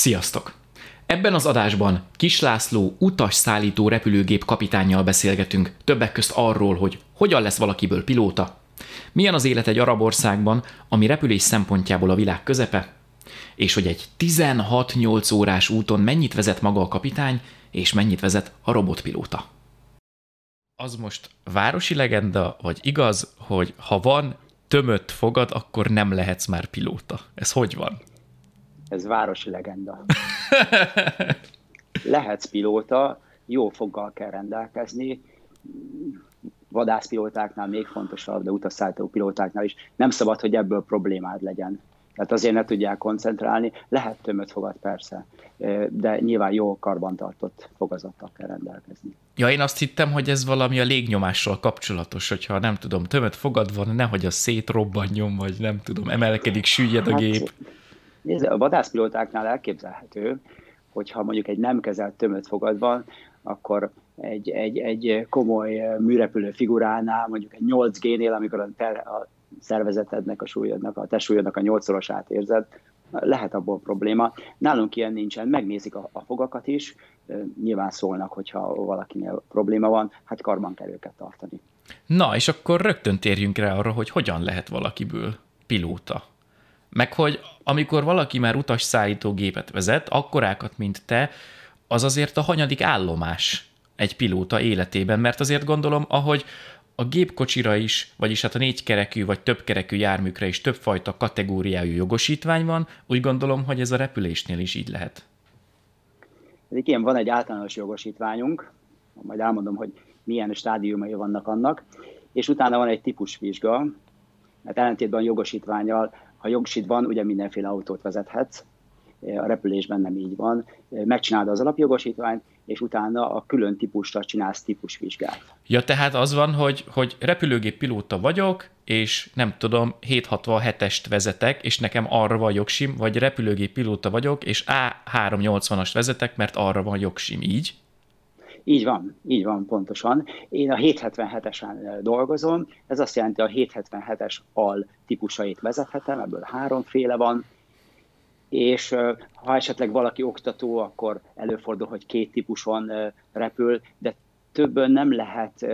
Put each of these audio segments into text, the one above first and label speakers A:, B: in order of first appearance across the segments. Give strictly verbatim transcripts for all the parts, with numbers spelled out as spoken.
A: Sziasztok! Ebben az adásban Kis László utasszállító repülőgép kapitánnyal beszélgetünk, többek közt arról, hogy hogyan lesz valakiből pilóta, milyen az élet egy arab országban, ami repülés szempontjából a világ közepe, és hogy egy tizenhat-nyolc órás úton mennyit vezet maga a kapitány, és mennyit vezet a robotpilóta. Az most városi legenda, vagy igaz, hogy ha van tömött fogad, akkor nem lehetsz már pilóta? Ez hogy van?
B: Ez városi legenda. Lehetsz pilóta, jó foggal kell rendelkezni, vadászpilótáknál még fontosabb, de utasszállító pilótáknál is nem szabad, hogy ebből problémád legyen. Tehát azért ne tudják koncentrálni. Lehet tömött fogad persze, de nyilván jó karbantartott fogazattal kell rendelkezni.
A: Ja, én azt hittem, hogy ez valami a légnyomással kapcsolatos, hogyha nem tudom, tömött fogad van, nehogy az szétrobbanjon, vagy nem tudom, emelkedik, süllyed a gép. Hát,
B: nézd, a vadászpilótáknál elképzelhető, hogyha mondjuk egy nem kezelt tömött fogad van, akkor egy, egy, egy komoly műrepülő figuránál, mondjuk egy nyolc G-nél, amikor a, ter, a szervezetednek, a súlyodnak, a testsúlyodnak a nyolcszorosát érzed, lehet abból probléma. Nálunk ilyen nincsen, megnézik a, a fogakat is, nyilván szólnak, hogyha valakinél probléma van, hát karban kell őket tartani.
A: Na, és akkor rögtön térjünk rá arra, hogy hogyan lehet valakiből pilóta. Meg hogy amikor valaki már utasszállítógépet vezet, akkorákat, mint te, az azért a hanyadik állomás egy pilóta életében, mert azért gondolom, ahogy a gépkocsira is, vagyis hát a négykerekű vagy többkerekű járműkre is többfajta kategóriájú jogosítvány van, úgy gondolom, hogy ez a repülésnél is így lehet.
B: Igen, van egy általános jogosítványunk, majd elmondom, hogy milyen stádiumai vannak annak, és utána van egy típusvizsga, mert ellentétben a jogosítvánnyal, ha jogosít van, ugye mindenféle autót vezethetsz, a repülésben nem így van. Megcsinálod az alapjogosítványt, és utána a külön típusra csinálsz típusvizsgát.
A: Ja, tehát az van, hogy, hogy repülőgép pilóta vagyok, és nem tudom, hétszázhatvanhetest vezetek, és nekem arra van jogsim, vagy repülőgép pilóta vagyok, és á háromszáznyolcvanast vezetek, mert arra van jogsim, így?
B: Így van, így van pontosan. Én a hétszázhetvenhetesen dolgozom, ez azt jelenti, a hétszázhetvenhetes al típusait vezethetem, ebből háromféle van, és ha esetleg valaki oktató, akkor előfordul, hogy két típuson repül, de többen nem lehet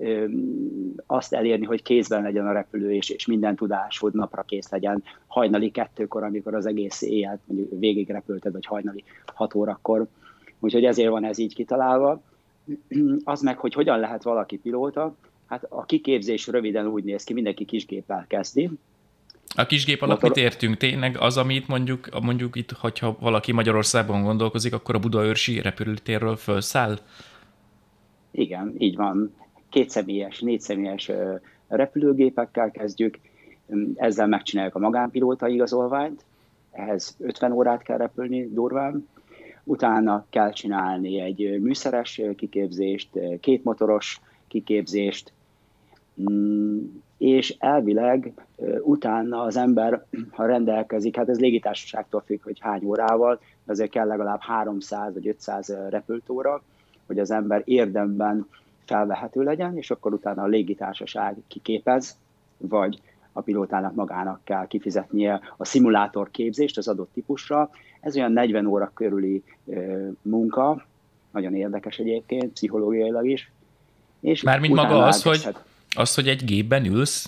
B: azt elérni, hogy kézben legyen a repülő, és, és minden tudásod napra kész legyen hajnali kettőkor, amikor az egész éjjel mondjuk végig repülted, vagy hajnali hat órakor. Úgyhogy ezért van ez így kitalálva. Az meg, hogy hogyan lehet valaki pilóta, hát a kiképzés röviden úgy néz ki, mindenki kisgéppel kezdi.
A: A kisgép alatt mit értünk? Tényleg az, amit mondjuk, mondjuk itt, hogyha valaki Magyarországon gondolkozik, akkor a Budaörsi repülőtérről felszáll?
B: Igen, így van. Kétszemélyes, négyszemélyes repülőgépekkel kezdjük, ezzel megcsináljuk a magánpilóta igazolványt, ehhez ötven órát kell repülni durván, utána kell csinálni egy műszeres kiképzést, kétmotoros kiképzést, és elvileg utána az ember, ha rendelkezik, hát ez légitársaságtól függ, hogy hány órával, de azért kell legalább háromszáz vagy ötszáz repülőtóra, hogy az ember érdemben felvehető legyen, és akkor utána a légitársaság kiképez, vagy a pilótának magának kell kifizetnie a szimulátor képzést az adott típusra. Ez olyan negyven óra körüli munka, nagyon érdekes egyébként, pszichológiailag is. És
A: mármint maga az, hogy, az, hogy egy gépben ülsz?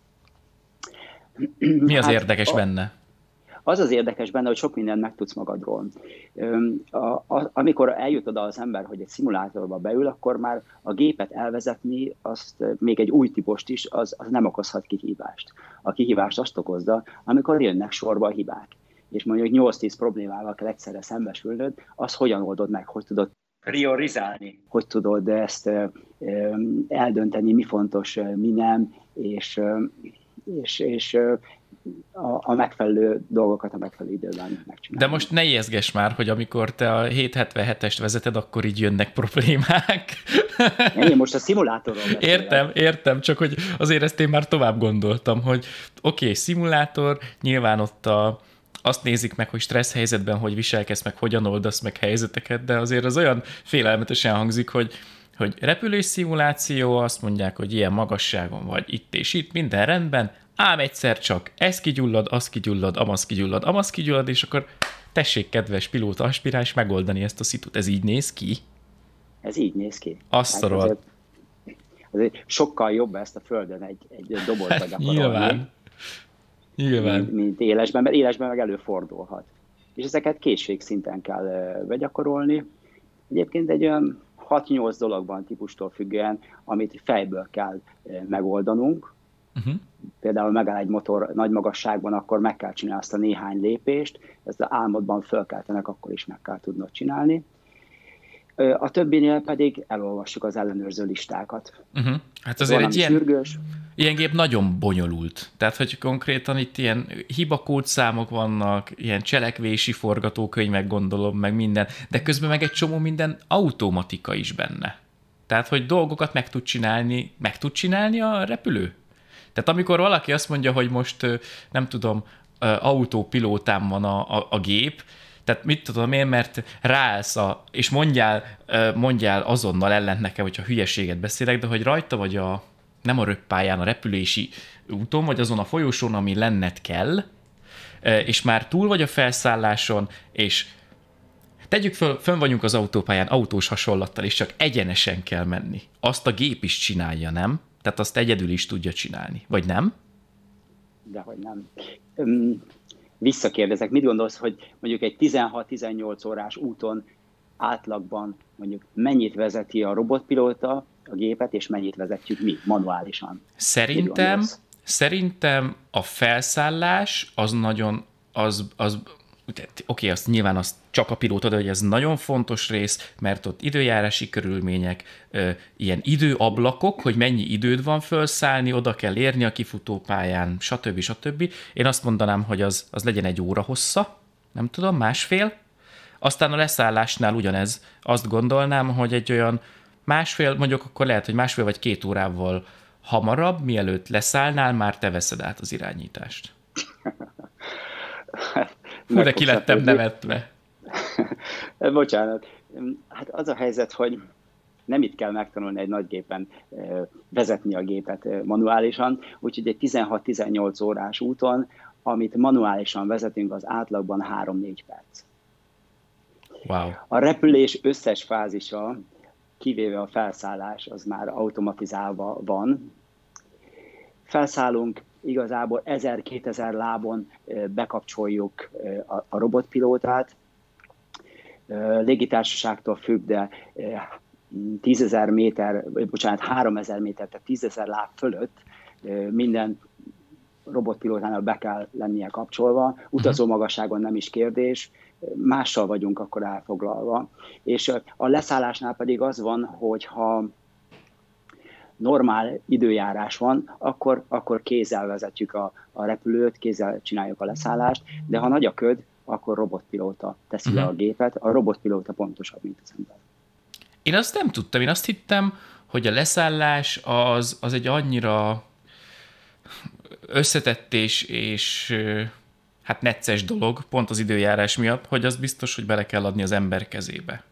A: Mi az hát érdekes a, benne?
B: Az az érdekes benne, hogy sok mindent megtudsz magadról. A, a, amikor eljut oda az ember, hogy egy szimulátorba beül, akkor már a gépet elvezetni, azt még egy új típust is, az, az nem okozhat kihívást. A kihívást azt okozza, amikor jönnek sorba a hibák. És mondjuk nyolc-tíz problémával kell egyszerre szembesülnöd, az hogyan oldod meg, hogy tudod priorizálni, hogy tudod ezt eldönteni, mi fontos, mi nem, és, és, és a, a megfelelő dolgokat a megfelelő időben megcsinálni.
A: De most ne ijeszgess már, hogy amikor te a hétszázhetvenhetest vezeted, akkor így jönnek problémák.
B: Én most a szimulátorról beszélek.
A: Értem, értem, csak hogy azért ezt én már tovább gondoltam, hogy oké, okay, szimulátor, nyilván ott a azt nézik meg, hogy stressz helyzetben hogy viselkedsz, meg hogyan oldasz meg helyzeteket, de azért az olyan félelmetesen hangzik, hogy, hogy repülés szimuláció, azt mondják, hogy ilyen magasságon vagy itt és itt, minden rendben, ám egyszer csak ez kigyullad, az kigyullad, amaz kigyullad, amaz kigyullad, és akkor Tessék, kedves pilóta aspiráns, megoldani ezt a szitut. Ez így néz ki?
B: Ez így néz ki.
A: Azt
B: hát
A: a
B: azért, azért sokkal jobb ezt a földön egy, egy dobozba
A: hát,
B: gyakorolni,
A: nyilván. Nyilván.
B: Mint, mint élesben, mert élesben meg előfordulhat. És ezeket készségszinten kell begyakorolni. Egyébként egy olyan hat-nyolc dologban típustól függően, amit fejből kell megoldanunk. Uh-huh. Például megáll egy motor nagy magasságban, akkor meg kell csinálni azt a néhány lépést, ezt az álmodban fölkeltenek, akkor is meg kell tudnod csinálni. A többinél pedig elolvassuk az ellenőrző listákat.
A: Uh-huh. Hát azért egy ilyen,
B: sürgős.
A: ilyen gép nagyon bonyolult. Tehát, hogy konkrétan itt ilyen hibakódszámok vannak, ilyen cselekvési forgatókönyvek gondolom, meg minden, de közben meg egy csomó minden automatika is benne. Tehát, hogy dolgokat meg tud csinálni, meg tud csinálni a repülő. Tehát amikor valaki azt mondja, hogy most nem tudom, autópilótám van a, a, a gép, tehát mit tudom én, mert ráállsz, a, és mondjál, mondjál azonnal ellent nekem, hogyha hülyeséget beszélek, de hogy rajta vagy a, nem a röppályán, a repülési úton, vagy azon a folyosón, ami lenned kell, és már túl vagy a felszálláson, és tegyük föl, fönn vagyunk az autópályán autós hasonlattal, és csak egyenesen kell menni. Azt a gép is csinálja, nem? Tehát azt egyedül is tudja csinálni. Vagy nem?
B: Dehogy nem. Um, visszakérdezek, mit gondolsz, hogy mondjuk egy tizenhat-tizennyolc órás úton átlagban mondjuk mennyit vezeti a robotpilóta a gépet, és mennyit vezetjük mi manuálisan?
A: Szerintem, szerintem a felszállás az nagyon, az, az oké, okay, azt nyilván azt csak a pilóta, de hogy ez nagyon fontos rész, mert ott időjárási körülmények, ö, ilyen időablakok, hogy mennyi időd van felszállni, oda kell érni a kifutópályán, stb. stb. Én azt mondanám, hogy az, az legyen egy óra hossza, nem tudom, másfél. Aztán a leszállásnál ugyanez. Azt gondolnám, hogy egy olyan másfél, mondjuk akkor lehet, hogy másfél vagy két órával hamarabb, mielőtt leszállnál, már te veszed át az irányítást. Hú, de ki lettem nevetve.
B: Bocsánat. Hát az a helyzet, hogy nem itt kell megtanulni egy nagy gépen vezetni a gépet manuálisan, úgyhogy egy tizenhat-tizennyolc órás úton, amit manuálisan vezetünk, az átlagban három-négy perc.
A: Wow.
B: A repülés összes fázisa, kivéve a felszállás, az már automatizálva van. Felszállunk, igazából ezer-kétezer lábon bekapcsoljuk a robotpilótát. Légitársaságtól függ, de tízezer méter, bocsánat, háromezer méter, tehát tízezer láb fölött minden robotpilótának be kell lennie kapcsolva. Utazó magasságon nem is kérdés, mással vagyunk akkor elfoglalva. És a leszállásnál pedig az van, hogy ha normál időjárás van, akkor, akkor kézzel vezetjük a, a repülőt, kézzel csináljuk a leszállást, de ha nagy a köd, akkor robotpilóta teszi uh-huh. le a gépet. A robotpilóta pontosabb, mint az ember.
A: Én azt nem tudtam, én azt hittem, hogy a leszállás az, az egy annyira összetett és, és hát necces dolog, pont az időjárás miatt, hogy az biztos, hogy bele kell adni az ember kezébe.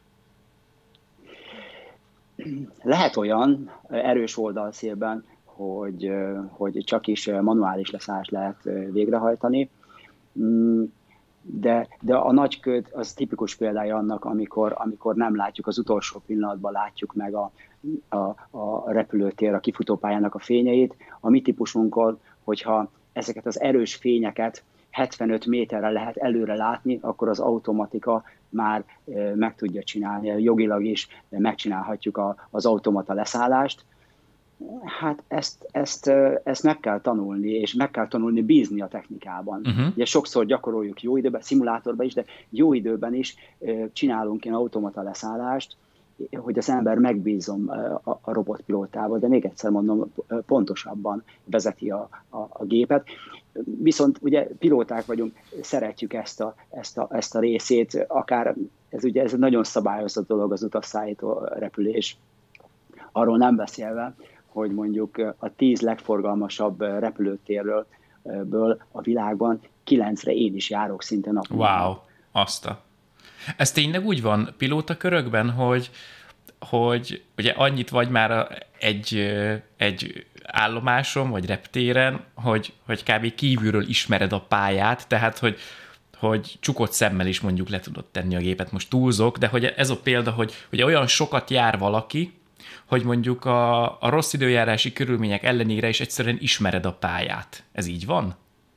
B: Lehet olyan erős oldalszélben, hogy, hogy csak is manuális leszállást lehet végrehajtani, de, de a nagy köd az tipikus példája annak, amikor, amikor nem látjuk, az utolsó pillanatban látjuk meg a, a, a repülőtér, a kifutópályának a fényeit. A mi típusunkon, hogyha ezeket az erős fényeket hetvenöt méterre lehet előre látni, akkor az automatika már meg tudja csinálni, jogilag is megcsinálhatjuk a, az automata leszállást. Hát ezt, ezt, ezt meg kell tanulni, és meg kell tanulni bízni a technikában. Uh-huh. Ugye sokszor gyakoroljuk jó időben, szimulátorban is, de jó időben is csinálunk ilyen automata leszállást, hogy az ember megbízom a, a robotpilótával, de még egyszer mondom, pontosabban vezeti a, a, a gépet. Viszont ugye pilóták vagyunk, szeretjük ezt a, ezt a, ezt a részét, akár ez ugye ez egy nagyon szabályozott dolog az utasszállító repülés. Arról nem beszélve, hogy mondjuk a tíz legforgalmasabb repülőtérről ből a világban kilencre én is járok szinte naponta.
A: Wow, azt a... Ez tényleg úgy van pilótakörökben, hogy, hogy ugye annyit vagy már egy, egy állomáson, vagy reptéren, hogy, hogy kb. Kívülről ismered a pályát, tehát, hogy, hogy csukott szemmel is mondjuk le tudod tenni a gépet. Most túlzok, de hogy ez a példa, hogy ugye olyan sokat jár valaki, hogy mondjuk a, a rossz időjárási körülmények ellenére is egyszerűen ismered a pályát. Ez így van?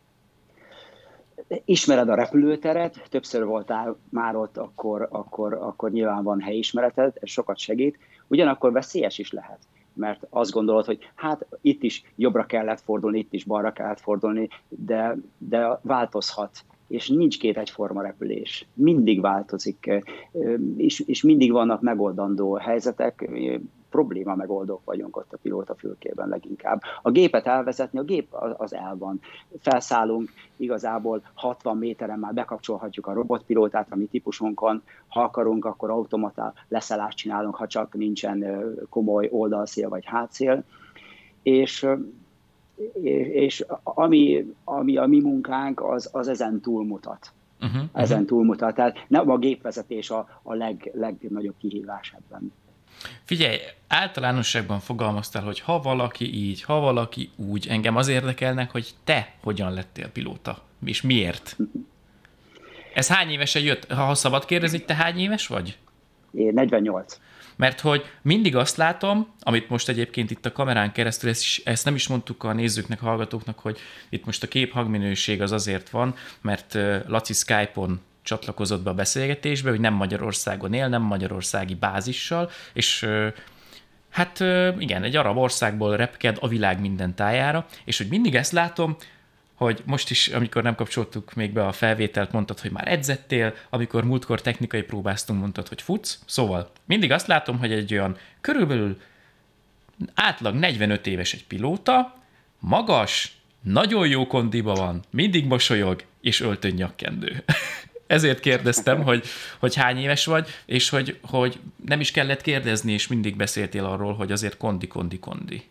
B: Ismered a repülőteret, többször voltál már ott, akkor, akkor, akkor nyilván van helyismereted, ez sokat segít, ugyanakkor veszélyes is lehet, mert azt gondolod, hogy hát itt is jobbra kellett fordulni, itt is balra kellett fordulni, de, de változhat, és nincs két egyforma repülés. Mindig változik, és, és mindig vannak megoldandó helyzetek, probléma megoldók vagyunk ott a pilótafülkében leginkább. A gépet elvezetni, a gép az el van. Felszállunk, igazából hatvan méteren már bekapcsolhatjuk a robotpilótát, a mi típusunkon, ha akarunk, akkor automata leszállást csinálunk, ha csak nincsen komoly oldalszél vagy hátszél. És, és ami, ami a mi munkánk, az, az ezen túlmutat. Uh-huh, ezen uh-huh. túlmutat. Tehát nem a gépvezetés a, a leg, legnagyobb kihívás ebben.
A: Figyelj, általánosságban fogalmaztál, hogy ha valaki így, ha valaki úgy, engem az érdekelnek, hogy te hogyan lettél pilóta, és miért? Ez hány évesen jött? Ha szabad kérdezni, te hány éves vagy?
B: Én negyvennyolc.
A: Mert hogy mindig azt látom, amit most egyébként itt a kamerán keresztül, ezt, is, ezt nem is mondtuk a nézőknek, hallgatóknak, hogy itt most a kép-hangminőség az azért van, mert Laci Skype-on csatlakozott be a beszélgetésbe, hogy nem Magyarországon él, nem magyarországi bázissal, és hát igen, egy arab országból repked a világ minden tájára, és hogy mindig ezt látom, hogy most is, amikor nem kapcsoltuk még be a felvételt, mondtad, hogy már edzettél, amikor múltkor technikai próbáztunk, mondtad, hogy futsz, szóval mindig azt látom, hogy egy olyan körülbelül átlag negyvenöt éves egy pilóta, magas, nagyon jó kondiba van, mindig mosolyog, és öltön nyakkendő. Ezért kérdeztem, hogy, hogy hány éves vagy, és hogy, hogy nem is kellett kérdezni, és mindig beszéltél arról, hogy azért kondi, kondi, kondi.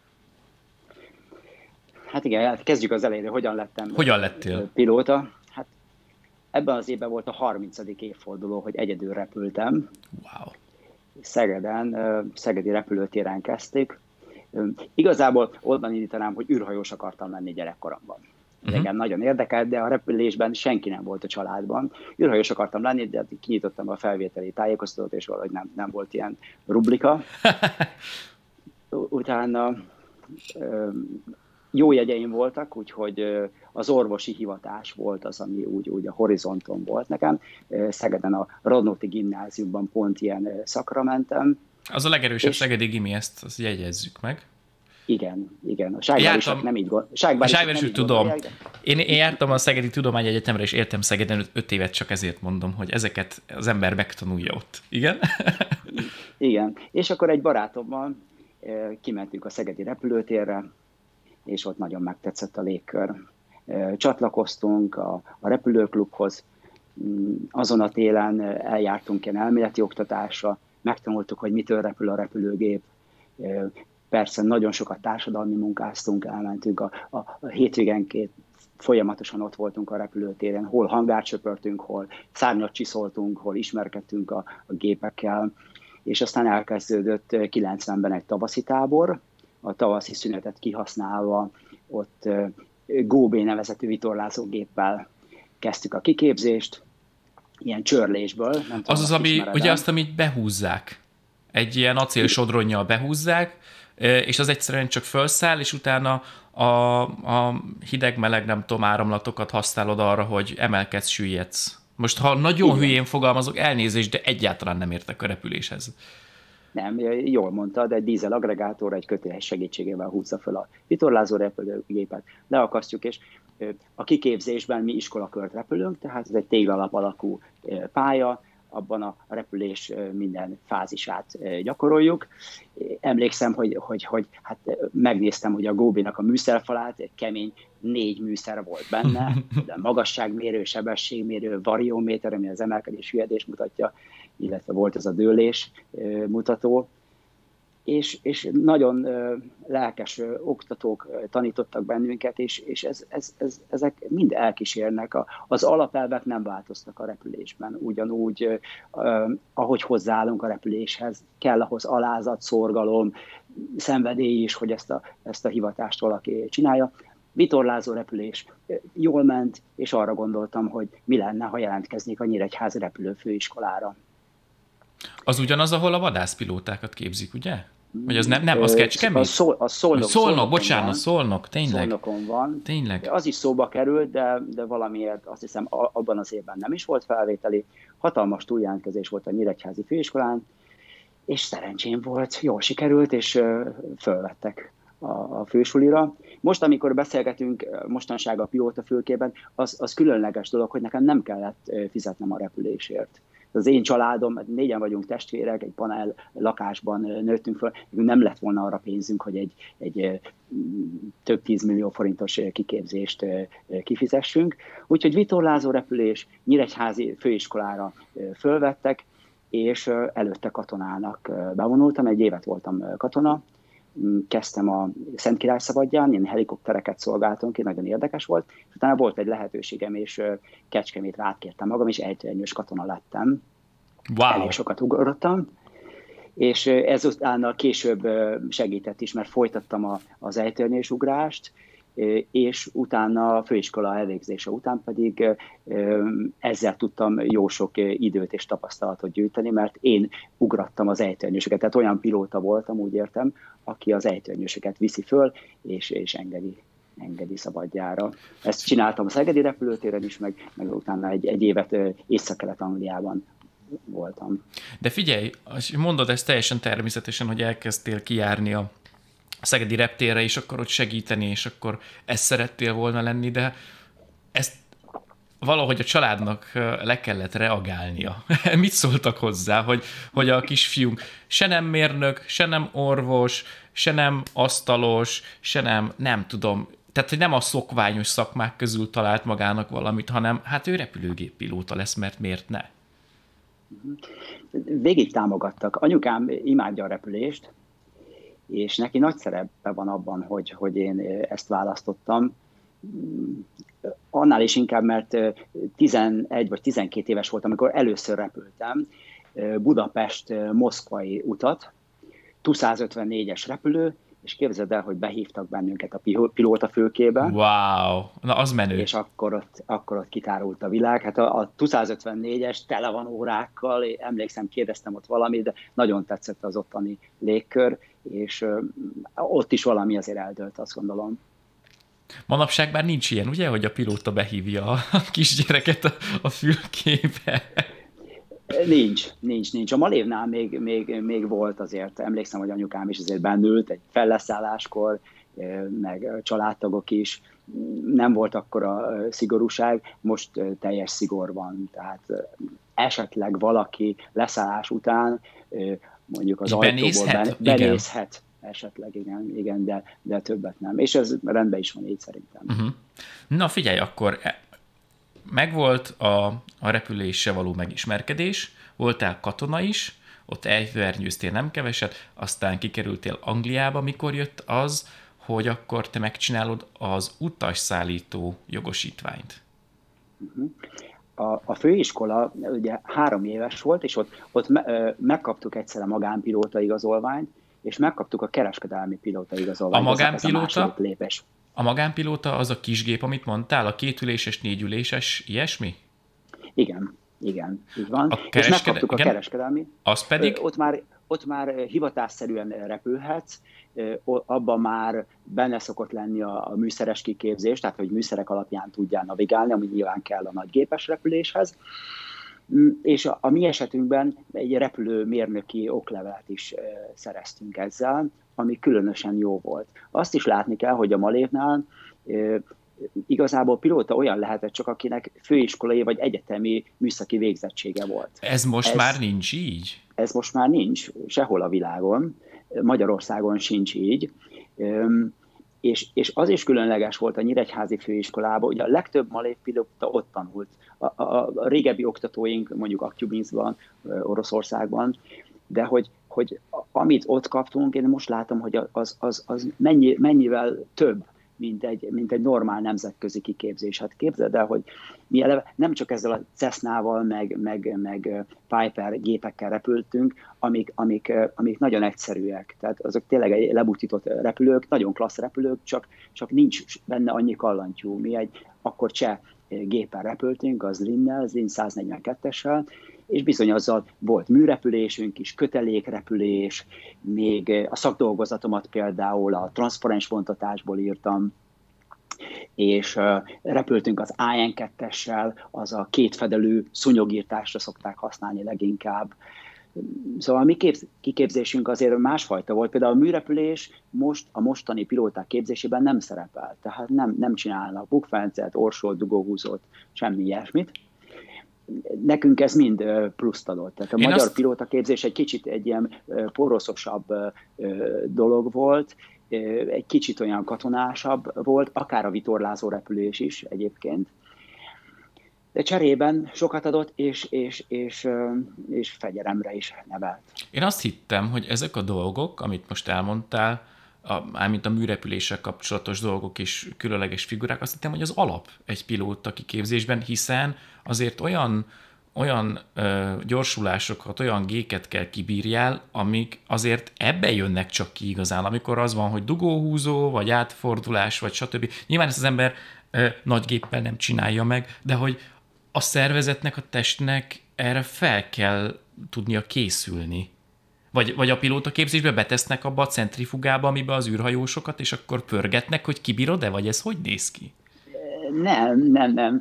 B: Hát igen, kezdjük az elején, hogyan lettem
A: hogyan lettél?
B: pilóta. Hát ebben az évben volt a harmincadik évforduló, hogy egyedül repültem.
A: Wow.
B: Szegeden, szegedi repülőtéren kezdtük. Igazából onnan indítanám, hogy űrhajós akartam lenni gyerekkoromban. Uh-huh. Igen, nagyon érdekelt, de a repülésben senki nem volt a családban. űrhajós akartam lenni, de kinyitottam a felvételi tájékoztatót, és valahogy nem, nem volt ilyen rubrika. Utána jó jegyeim voltak, úgyhogy az orvosi hivatás volt az, ami úgy, úgy a horizonton volt nekem. Szegeden a Radnóti Gimnáziumban pont ilyen szakra mentem.
A: Az a legerősebb és... szegedi gimi, ezt, ezt jegyezzük meg.
B: Igen, igen. A Ságvárisak nem így gond.
A: A Ságvárisak tudom. De... Én, én jártam a Szegedi Tudományegyetemre, és éltem Szegeden öt évet, csak ezért mondom, hogy ezeket az ember megtanulja ott. Igen?
B: Igen. És akkor egy barátommal kimentünk a szegedi repülőtérre, és ott nagyon megtetszett a légkör. Csatlakoztunk a, a repülőklubhoz, azon a télen eljártunk ilyen elméleti oktatásra, megtanultuk, hogy mitől repül a repülőgép. Persze nagyon sokat társadalmi munkáztunk, elmentünk a, a, a hétvégenként, folyamatosan ott voltunk a repülőtéren, hol hangárt söpörtünk, hol szárnyat csiszoltunk, hol ismerkedtünk a, a gépekkel, és aztán elkezdődött kilencvenben egy tavaszi tábor, a tavaszi szünetet kihasználva ott Góbé nevezetű vitorlázógéppel kezdtük a kiképzést, ilyen csörlésből. Nem tudom,
A: az az, ami, ugye azt, amit behúzzák. Egy ilyen acélsodronnyal behúzzák, és az egyszerűen csak felszáll, és utána a, a hideg-meleg, nem tudom, áramlatokat használod arra, hogy emelkedsz, süllyedsz. Most, ha nagyon igen. hülyén fogalmazok, elnézést, de egyáltalán nem értek a repüléshez.
B: Nem, jól mondtad, egy dízel agregátor egy kötéles segítségével húzza fel a vitorlázó repülőgépet, leakasztjuk, és a kiképzésben mi iskolakört repülünk, tehát ez egy téglalap alakú pálya, abban a repülés minden fázisát gyakoroljuk. Emlékszem, hogy, hogy, hogy hát megnéztem, hogy a Góbénak a műszerfalát, egy kemény négy műszer volt benne, de magasságmérő, sebességmérő, variométer, ami az emelkedés hülyedés mutatja, illetve volt ez a dőlés mutató. És, és nagyon uh, lelkes uh, oktatók uh, tanítottak bennünket, és, és ez, ez, ez, ezek mind elkísérnek. A, az alapelvek nem változtak a repülésben. Ugyanúgy, uh, uh, ahogy hozzáállunk a repüléshez, kell ahhoz alázat, szorgalom, szenvedély is, hogy ezt a, ezt a hivatást valaki csinálja. vitorlázó repülés jól ment, és arra gondoltam, hogy mi lenne, ha jelentkeznék a Nyíregyházi repülőfőiskolára.
A: Az ugyanaz, ahol a vadászpilótákat képzik, ugye? Vagy az nem, nem, az Kecskemét?
B: A, szol, a Szolnok,
A: Szolnok, bocsánat, van. Szolnok, tényleg.
B: Szolnokon van.
A: Tényleg.
B: Az is szóba került, de, de valamiért azt hiszem abban az évben nem is volt felvételi. Hatalmas túljelentkezés volt a Nyíregyházi főiskolán, és szerencsém volt, jól sikerült, és fölvettek a, a fősulira. Most, amikor beszélgetünk mostanság a pilótafülkében, az, az különleges dolog, hogy nekem nem kellett fizetnem a repülésért. Az én családom, négyen vagyunk testvérek, egy panel lakásban nőttünk föl, nem lett volna arra pénzünk, hogy egy, egy több tízmillió forintos kiképzést kifizessünk. Úgyhogy vitorlázó repülés, Nyíregyházi főiskolára fölvettek, és előtte katonának bevonultam, egy évet voltam katona, kezdtem a Szentkirályszabadján, én helikoptereket szolgáltam ki, nagyon érdekes volt, és utána volt egy lehetőségem, és Kecskemétre átkértem magam, és ejtőernyős katona lettem.
A: Wow.
B: Elég sokat ugrottam, és ezután később segített is, mert folytattam a, az ejtőernyős ugrást, és utána a főiskola elvégzése után pedig ezzel tudtam jó sok időt és tapasztalatot gyűjteni, mert én ugrattam az ejtőernyősöket, tehát olyan pilóta voltam, úgy értem, aki az ejtőernyősöket viszi föl, és, és engedi, engedi szabadjára. Ezt csináltam a Szegedi repülőtéren is, meg, meg utána egy, egy évet Észak-Kelet-Angliában voltam.
A: De figyelj, mondod ezt teljesen természetesen, hogy elkezdtél kijárni a Szegedi reptérre, és akkor ott segíteni, és akkor ezt szerettél volna lenni, de ezt valahogy a családnak le kellett reagálnia. Mit szóltak hozzá, hogy, hogy a kisfiunk se nem mérnök, se nem orvos, se nem asztalos, se nem, nem tudom, tehát hogy nem a szokványos szakmák közül talált magának valamit, hanem hát ő repülőgéppilóta lesz, mert miért ne?
B: Végig támogattak. Anyukám imádja a repülést, és neki nagy szerepe van abban, hogy, hogy én ezt választottam. Annál is inkább, mert tizenegy vagy tizenkét éves voltam, amikor először repültem Budapest-moszkvai utat, Tu százötvennégyes repülő, és képzeld el, hogy behívtak bennünket a pilótafülkébe.
A: Wow, na az menő.
B: És akkor ott, akkor ott kitárult a világ. Hát a, a Tu százötvennégyes tele van órákkal, emlékszem, kérdeztem ott valamit, de nagyon tetszett az ottani légkör, és ö, ott is valami azért eldőlt, azt gondolom.
A: Manapság már nincs ilyen, ugye, hogy a pilóta behívja a kisgyereket a, a fülkébe?
B: Nincs, nincs, nincs. A Malévnál még, még, még volt azért, emlékszem, hogy anyukám is azért bennült egy felleszálláskor, meg családtagok is. Nem volt akkora szigorúság, most teljes szigor van. Tehát esetleg valaki leszállás után mondjuk az ajtóból ben, benézhet. Esetleg igen, igen, de, de többet nem. És ez rendben is van így szerintem.
A: Uh-huh. Na figyelj, akkor megvolt a, a repüléssel való megismerkedés, voltál katona is, ott ejtőernyőztél nem keveset, aztán kikerültél Angliába, mikor jött az, hogy akkor te megcsinálod az utasszállító jogosítványt.
B: Uh-huh. A, a főiskola ugye három éves volt, és ott, ott me, megkaptuk egyszer a magánpilóta igazolványt, és megkaptuk a kereskedelmi pilóta igazolványt.
A: A magánpilóta,
B: ez a, lépés.
A: a magánpilóta az a kisgép, amit mondtál, a kétüléses, négyüléses, ilyesmi?
B: Igen, igen, így van.
A: A
B: és megkaptuk igen? a kereskedelmi.
A: Az pedig?
B: Ott már, ott már hivatásszerűen repülhetsz, abban már benne szokott lenni a, a műszeres kiképzés, tehát hogy műszerek alapján tudjál navigálni, ami nyilván kell a nagygépes repüléshez. És a, a mi esetünkben egy repülőmérnöki oklevelet is e, szereztünk ezzel, ami különösen jó volt. Azt is látni kell, hogy a Malévnál e, igazából pilóta olyan lehetett csak, akinek főiskolai vagy egyetemi műszaki végzettsége volt.
A: Ez most ez, már nincs így?
B: Ez most már nincs sehol a világon, Magyarországon sincs így. E, És, és az is különleges volt a Nyíregyházi főiskolában, hogy a legtöbb malév pilóta ott tanult. A, a, a régebbi oktatóink mondjuk Aktyubinszban, Oroszországban, de hogy, hogy amit ott kaptunk, én most látom, hogy az, az, az mennyi, mennyivel több, mint egy, mint egy normál nemzetközi kiképzés. Hát képzeld el, hogy mi eleve nem csak ezzel a Cessnával, meg, meg, meg Piper gépekkel repültünk, amik, amik, amik nagyon egyszerűek. Tehát azok tényleg egy lebutított repülők, nagyon klassz repülők, csak, csak nincs benne annyi kallantyú. Mi egy akkor cseh gépen repültünk, az Linnel, az Linn száznegyvenkettessel, és bizony azzal volt műrepülésünk is, kötelékrepülés, még a szakdolgozatomat például a transzparens vontatásból írtam, és repültünk az á en kettessel, az a kétfedelű szúnyogírtásra szokták használni leginkább. Szóval a mi képz- kiképzésünk azért másfajta volt. Például a műrepülés most a mostani pilóták képzésében nem szerepel. Tehát nem, nem csinálnak bukfencet, orsót, dugóhúzót, semmi ilyesmit. Nekünk ez mind pluszt adott. Tehát a Én magyar azt... pilótaképzés egy kicsit egy ilyen poroszosabb dolog volt, egy kicsit olyan katonásabb volt, akár a vitorlázó repülés is egyébként. De cserében sokat adott, és, és, és, és fegyeremre is nevelt.
A: Én azt hittem, hogy ezek a dolgok, amit most elmondtál, mármint a műrepüléssel kapcsolatos dolgok és különleges figurák, azt hittem, hogy az alap egy pilóta kiképzésben, hiszen azért olyan, olyan ö, gyorsulásokat, olyan géket kell kibírjál, amik azért ebbe jönnek csak ki igazán, amikor az van, hogy dugóhúzó, vagy átfordulás, vagy stb. Nyilván ezt az ember ö, nagy géppel nem csinálja meg, de hogy a szervezetnek, a testnek erre fel kell tudnia készülni. Vagy, vagy a pilótaképzésbe betesznek abba a centrifugába, amiben az űrhajósokat, és akkor pörgetnek, hogy kibírod-e, vagy ez hogy néz ki?
B: Nem, nem, nem.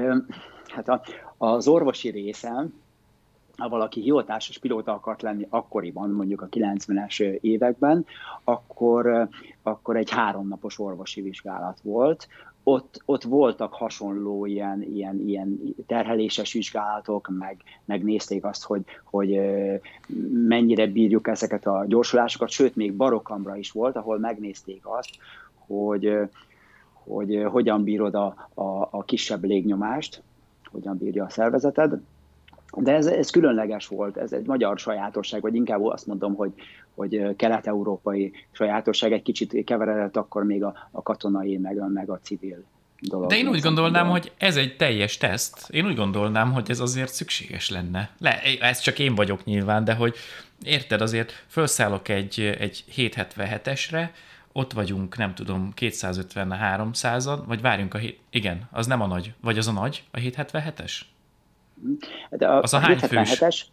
B: Hát a, az orvosi részem, ha valaki hivatásos pilóta akart lenni akkoriban, mondjuk a kilencvenes években, akkor, akkor egy háromnapos orvosi vizsgálat volt. Ott, ott voltak hasonló ilyen, ilyen, ilyen terheléses vizsgálatok, meg, megnézték azt, hogy, hogy mennyire bírjuk ezeket a gyorsulásokat, sőt, még barokamra is volt, ahol megnézték azt, hogy, hogy hogyan bírod a, a, a kisebb légnyomást, hogyan bírja a szervezeted. De ez, ez különleges volt, ez egy magyar sajátosság, vagy inkább azt mondom, hogy, hogy kelet-európai sajátosság, egy kicsit keveredett akkor még a, a katonai, meg a, meg a civil dolog.
A: De én úgy gondolnám, hogy ez egy teljes teszt. Én úgy gondolnám, hogy ez azért szükséges lenne. Le, ez csak én vagyok nyilván, de hogy érted, azért felszállok egy, egy hétszázhetvenhetesre, ott vagyunk, nem tudom, kétszázötven-háromszázan, vagy várjunk a hét... Igen, az nem a nagy. Vagy az a nagy, a hétszázhetvenhetes?
B: De a, az a, a hétszázhetvenhetes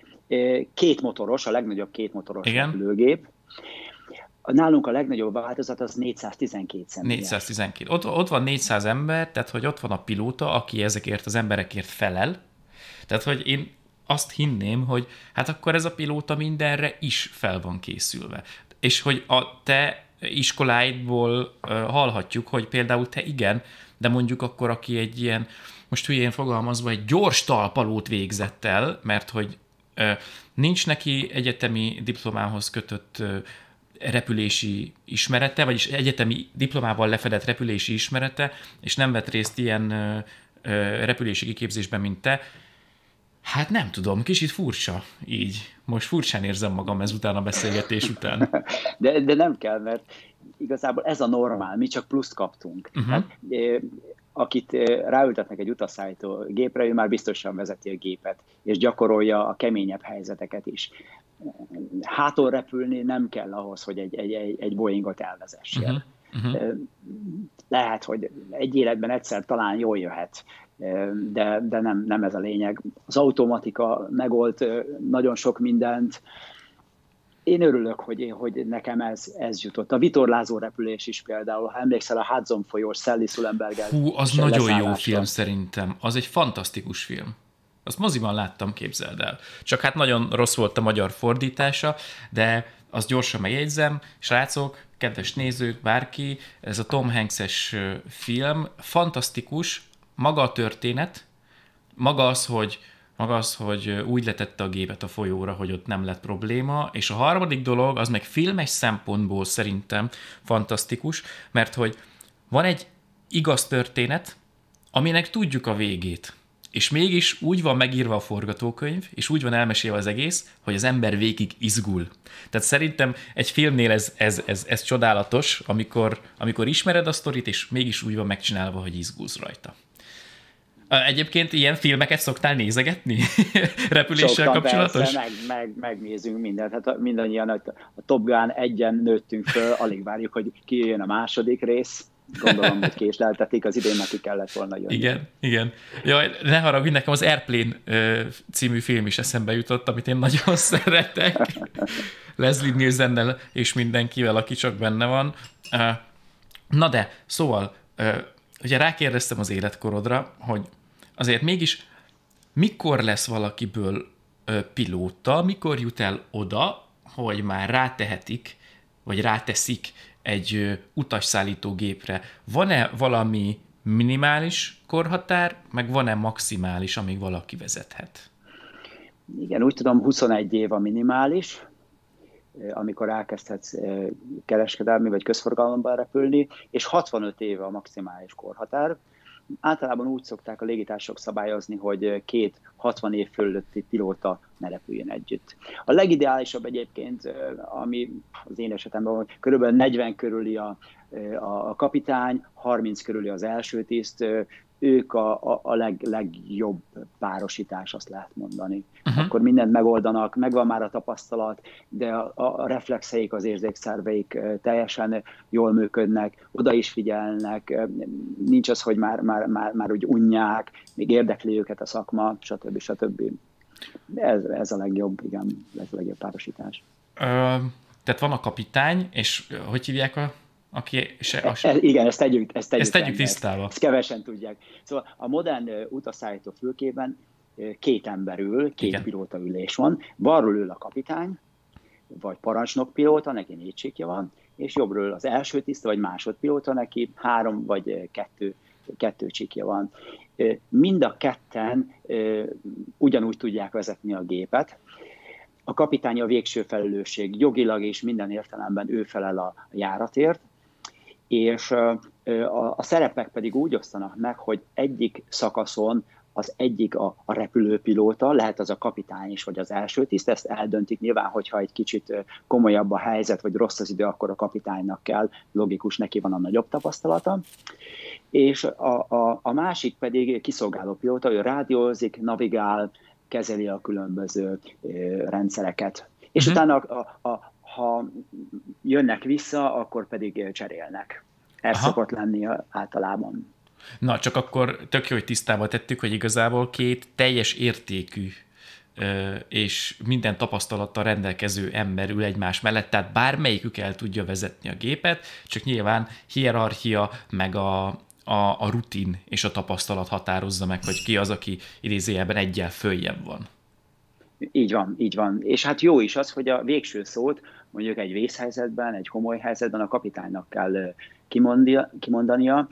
B: két motoros, a legnagyobb két motoros repülőgép. Nálunk a legnagyobb változat az négyszáztizenkét személyes.
A: négyszáztizenkét. Ott, ott van négyszáz ember, tehát hogy ott van a pilóta, aki ezekért az emberekért felel. Tehát, hogy én azt hinném, hogy hát akkor ez a pilóta mindenre is fel van készülve. És hogy a te iskoláidból uh, hallhatjuk, hogy például te igen, de mondjuk akkor, aki egy ilyen, most hülyén fogalmazva, egy gyors talpalót végzett el, mert hogy uh, nincs neki egyetemi diplomához kötött uh, repülési ismerete, vagyis egyetemi diplomával lefedett repülési ismerete, és nem vett részt ilyen uh, uh, repülési kiképzésben, mint te. Hát nem tudom, kicsit furcsa így. Most furcsán érzem magam ezután a beszélgetés után.
B: De, de nem kell, mert igazából ez a normál, mi csak pluszt kaptunk. Uh-huh. Hát, akit ráültetnek egy utasszállító gépre, ő már biztosan vezeti a gépet, és gyakorolja a keményebb helyzeteket is. Hátul repülni nem kell ahhoz, hogy egy, egy, egy, egy Boeingot elvezessél. Uh-huh. Uh-huh. Lehet, hogy egy életben egyszer talán jól jöhet, de, de nem, nem ez a lényeg. Az automatika megold nagyon sok mindent. Én örülök, hogy, hogy nekem ez, ez jutott. A vitorlázó repülés is például, ha emlékszel, a Hudson folyós Sally Sullenberger.
A: Hú, az nagyon jó film szerintem. Az egy fantasztikus film. Azt moziban láttam, képzeld el. Csak hát nagyon rossz volt a magyar fordítása, de azt gyorsan megjegyzem. Srácok, kedves nézők, bárki, ez a Tom Hanks-es film, fantasztikus, maga a történet, maga az, hogy, maga az, hogy úgy letette a gépet a folyóra, hogy ott nem lett probléma, és a harmadik dolog, az meg filmes szempontból szerintem fantasztikus, mert hogy van egy igaz történet, aminek tudjuk a végét. és mégis úgy van megírva a forgatókönyv, és úgy van elmesélve az egész, hogy az ember végig izgul. Tehát szerintem egy filmnél ez, ez, ez, ez csodálatos, amikor, amikor ismered a sztorit, és mégis úgy van megcsinálva, hogy izgulsz rajta. Egyébként ilyen filmeket szoktál nézegetni? Repüléssel
B: Szoktam,
A: kapcsolatos?
B: Persze, meg, meg, megnézünk mindent. Hát mindannyian a Top Gun egyen nőttünk föl, alig várjuk, hogy kijön a második rész. Gondolom, hogy késleltetik, az idén neki kellett volna jönni.
A: Igen, igen. Jaj, ne haragudj, nekem az Airplane című film is eszembe jutott, amit én nagyon szeretek. Leslie Nielsennel és mindenkivel, aki csak benne van. Na de, szóval, ugye rákérdeztem az életkorodra, hogy azért mégis mikor lesz valakiből pilóta, mikor jut el oda, hogy már rátehetik, vagy ráteszik egy utasszállító gépre. Van-e valami minimális korhatár, meg van-e maximális, amíg valaki vezethet?
B: Igen, úgy tudom, huszonegy év a minimális, amikor elkezdhetsz kereskedelmi vagy közforgalomban repülni, és hatvanöt éve a maximális korhatár. Általában úgy szokták a légitársaságok szabályozni, hogy két hatvan év fölötti pilóta ne repüljön együtt. A legideálisabb egyébként, ami az én esetemben körülbelül negyven körüli a, a kapitány, harminc körüli az első tiszt, ők a, a, a leg, legjobb párosítás, azt lehet mondani. Uh-huh. Akkor mindent megoldanak, megvan már a tapasztalat, de a, a reflexeik, az érzékszerveik teljesen jól működnek, oda is figyelnek, nincs az, hogy már, már, már, már úgy unják, még érdekli őket a szakma, stb. stb. Ez, ez a legjobb, igen, ez a legjobb párosítás.
A: Ö, tehát van a kapitány, és hogy hívják a Aki se, a...
B: E, igen, ezt tegyük, ezt tegyük,
A: ezt tegyük tisztába.
B: Ezt kevesen tudják. Szóval a modern uh, utasszállító fülkében uh, két ember ül, két igen. pilóta ülés van. Balról ül a kapitány, vagy parancsnok pilóta, neki négy csíkja van, és jobbról az első tiszt, vagy másodpilóta, neki három vagy uh, kettő, kettő csíkja van. Uh, mind a ketten uh, ugyanúgy tudják vezetni a gépet. A kapitány a végső felelősség, jogilag és minden értelemben ő felel a járatért, és a, a szerepek pedig úgy osztanak meg, hogy egyik szakaszon az egyik a, a repülőpilóta, lehet az a kapitány is, vagy az első tiszt, ezt eldöntik nyilván, hogyha egy kicsit komolyabb a helyzet, vagy rossz az idő, akkor a kapitánynak kell, logikus, neki van a nagyobb tapasztalata. És a, a, a másik pedig kiszolgáló pilóta, ő rádiózik, navigál, kezeli a különböző rendszereket. És uh-huh. utána, a, a, ha jönnek vissza, akkor pedig cserélnek. Ez Aha. szokott lenni általában.
A: Na, csak akkor tök jó, hogy tisztába tettük, hogy igazából két teljes értékű és minden tapasztalattal rendelkező ember ül egymás mellett, tehát bármelyikük el tudja vezetni a gépet, csak nyilván hierarchia, meg a, a, a rutin és a tapasztalat határozza meg, hogy ki az, aki idézőjelben egyel följebb van.
B: Így van, így van. És hát jó is az, hogy a végső szót mondjuk egy vészhelyzetben, egy komoly helyzetben a kapitánynak kell kimondania,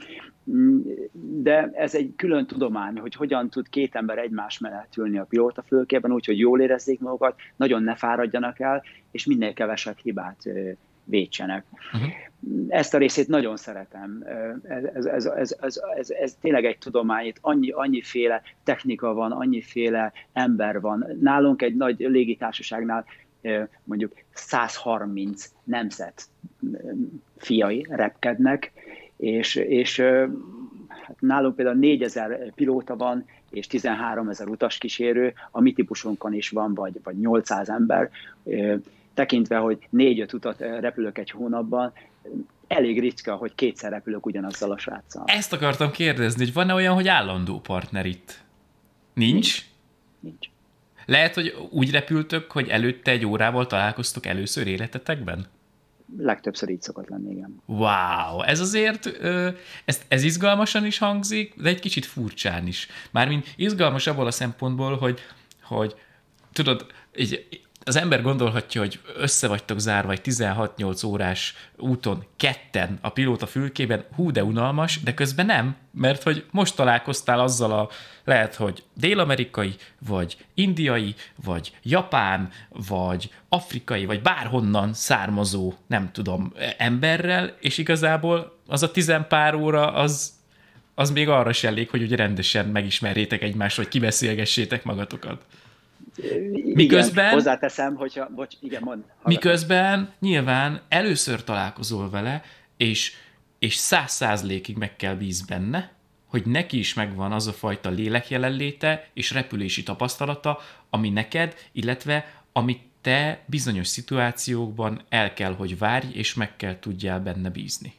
B: de ez egy külön tudomány, hogy hogyan tud két ember egymás mellett ülni a pilótafülkében, úgyhogy jól érezzék magukat, nagyon ne fáradjanak el, és minél kevesebb hibát vétsenek. Uh-huh. Ezt a részét nagyon szeretem. Ez, ez, ez, ez, ez, ez tényleg egy tudomány, itt annyi, annyiféle technika van, annyiféle ember van. Nálunk egy nagy légitársaságnál mondjuk száz harminc nemzet fiai repkednek, és, és hát nálunk például négyezer pilóta van, és tizenháromezer utaskísérő, a mi típusunkon is van, vagy, vagy nyolcszáz ember, tekintve, hogy négy-öt utat repülök egy hónapban, elég ritka, hogy kétszer repülök ugyanazzal a sráccal.
A: Ezt akartam kérdezni, hogy van-e olyan, hogy állandó partner itt? Nincs?
B: Nincs. Nincs.
A: Lehet, hogy úgy repültök, hogy előtte egy órával találkoztok először életetekben?
B: Legtöbbször így szokott lenni, igen.
A: Wow, ez azért, ez, ez izgalmasan is hangzik, de egy kicsit furcsán is. Mármint izgalmas abból a szempontból, hogy, hogy tudod, így, az ember gondolhatja, hogy össze vagytok zárva egy tizenhat-nyolc órás úton ketten a pilóta fülkében, hú, de unalmas, de közben nem, mert hogy most találkoztál azzal a, lehet, hogy dél-amerikai, vagy indiai, vagy japán, vagy afrikai, vagy bárhonnan származó, nem tudom, emberrel, és igazából az a tizenpár óra, az, az még arra is elég, hogy ugye rendesen megismerjétek egymást, vagy kibeszélgessétek magatokat.
B: Miközben, igen, hozzáteszem, hogyha, bocs, igen, mondd.
A: Miközben nyilván először találkozol vele, és, és száz százalékig meg kell bízni benne, hogy neki is megvan az a fajta lélekjelenléte és repülési tapasztalata, ami neked, illetve amit te bizonyos szituációkban el kell, hogy várj, és meg kell tudjál benne bízni.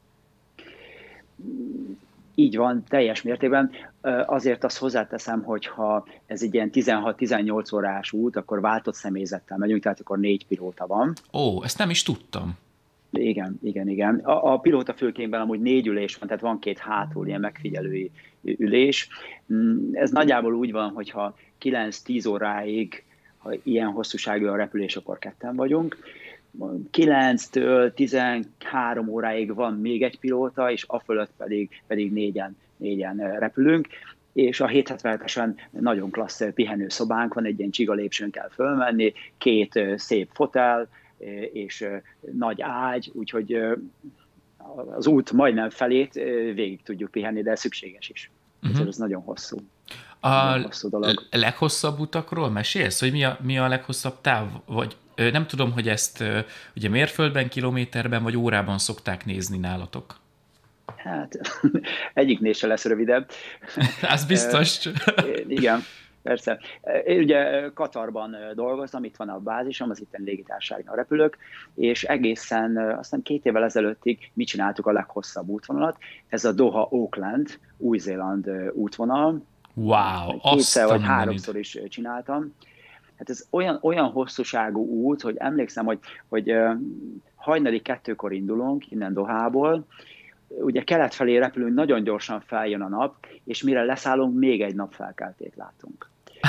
B: Így van, teljes mértékben. Azért azt hozzáteszem, hogy ha ez egy ilyen tizenhat-tizennyolc órás út, akkor váltott személyzettel megyünk, tehát akkor négy pilóta van.
A: Ó, ezt nem is tudtam.
B: Igen, igen, igen. A, a pilóta fülkénkben amúgy négy ülés van, tehát van két hátul ilyen megfigyelői ülés. Ez nagyjából úgy van, hogyha kilenc-tíz óráig, ha ilyen hosszúságú a repülés, akkor ketten vagyunk. kilenctől tizenhárom óráig van még egy pilóta, és afölött pedig, pedig négyen, négyen repülünk. És a hétszázhetvenhetesen nagyon klassz pihenőszobánk van, egy ilyen csiga lépcsőn kell fölmenni, két szép fotel, és nagy ágy, úgyhogy az út majdnem felét végig tudjuk pihenni, de szükséges is. Uh-huh. Ez nagyon hosszú.
A: A nagyon hosszú dolog. Leghosszabb utakról mesélsz, hogy mi a, mi a leghosszabb táv? Vagy nem tudom, hogy ezt ugye mérföldben, kilométerben vagy órában szokták nézni nálatok?
B: Hát egyiknél se lesz rövidebb.
A: Az biztos.
B: Igen. Persze. Én ugye Katarban dolgoztam, itt van a bázisom, az itteni légitársaságnál repülök, és egészen aztán két évvel ezelőttig mi csináltuk a leghosszabb útvonalat. Ez a Doha-Auckland, Új-Zéland útvonal.
A: Wow!
B: Kétszer vagy háromszor is csináltam. Hát ez olyan, olyan hosszúságú út, hogy emlékszem, hogy, hogy hajnali kettőkor indulunk innen Dohából, ugye kelet felé repülünk, nagyon gyorsan feljön a nap, és mire leszállunk, még egy napfelkeltét látunk.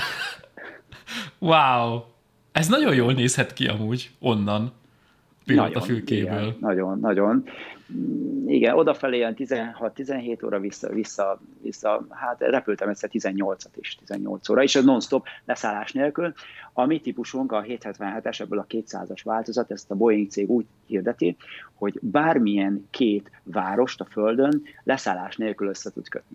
A: Wow! Ez nagyon jól nézhet ki amúgy, onnan, pilótafülkéből.
B: Igen, nagyon, nagyon. Igen, odafelé ilyen tizenhat-tizenhét óra vissza, vissza, vissza, hát repültem egyszer tizennyolcat is, tizennyolc óra, és ez non-stop leszállás nélkül. A mi típusunk, a hétszázhetvenhetes, ebből a kétszázas változat, ezt a Boeing cég úgy hirdeti, hogy bármilyen két várost a Földön leszállás nélkül össze tud kötni.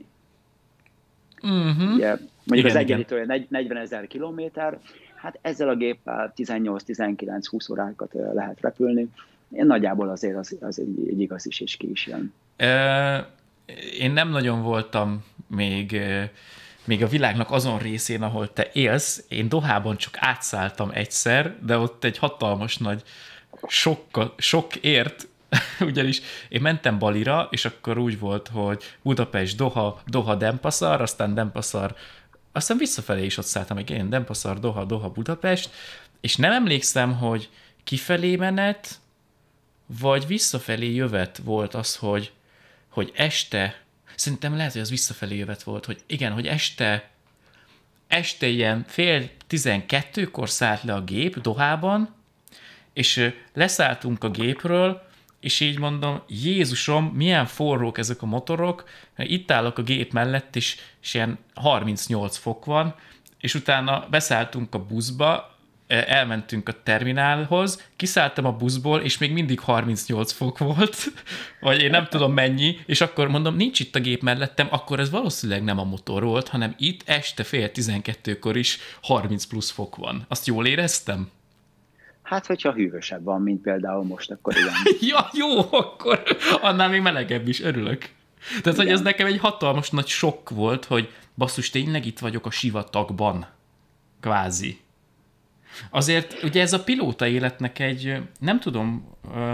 A: Uh-huh.
B: Ugye, mondjuk igen, az egyenlítő negyvenezer kilométer, hát ezzel a géppel tizennyolc-tizenkilenc-húsz órákat lehet repülni. Én nagyjából azért az, az egy, egy igaz is, és ki is jön.
A: Én nem nagyon voltam még, még a világnak azon részén, ahol te élsz. Én Dohában csak átszálltam egyszer, de ott egy hatalmas nagy sok, sok ért, ugyanis én mentem Balira, és akkor úgy volt, hogy Budapest, Doha, Doha, Denpasar, aztán Denpasar, aztán visszafelé is ott szálltam, meg én Denpasar, Doha, Doha, Budapest, és nem emlékszem, hogy kifelé menet, vagy visszafelé jövet volt az, hogy, hogy este, szerintem lehet, hogy az visszafelé jövet volt, hogy igen, hogy este, este ilyen fél tizenkettőkor szállt le a gép Dohában, és leszálltunk a gépről, és így mondom, Jézusom, milyen forrók ezek a motorok, itt állok a gép mellett, és, és ilyen harmincnyolc fok van, és utána beszálltunk a buszba, elmentünk a terminálhoz, kiszálltam a buszból, és még mindig harmincnyolc fok volt, vagy én nem tudom mennyi, és akkor mondom, nincs itt a gép mellettem, akkor ez valószínűleg nem a motor volt, hanem itt este fél tizenkettőkor is harminc plusz fok van. Azt jól éreztem?
B: Hát, hogyha hűvösebb van, mint például most, akkor igen.
A: Ja, jó, akkor annál még melegebb is, örülök. Tehát, igen. Hogy ez nekem egy hatalmas nagy sok volt, hogy basszus, tényleg itt vagyok a sivatagban, kvázi. Azért ugye ez a pilóta életnek egy, nem tudom,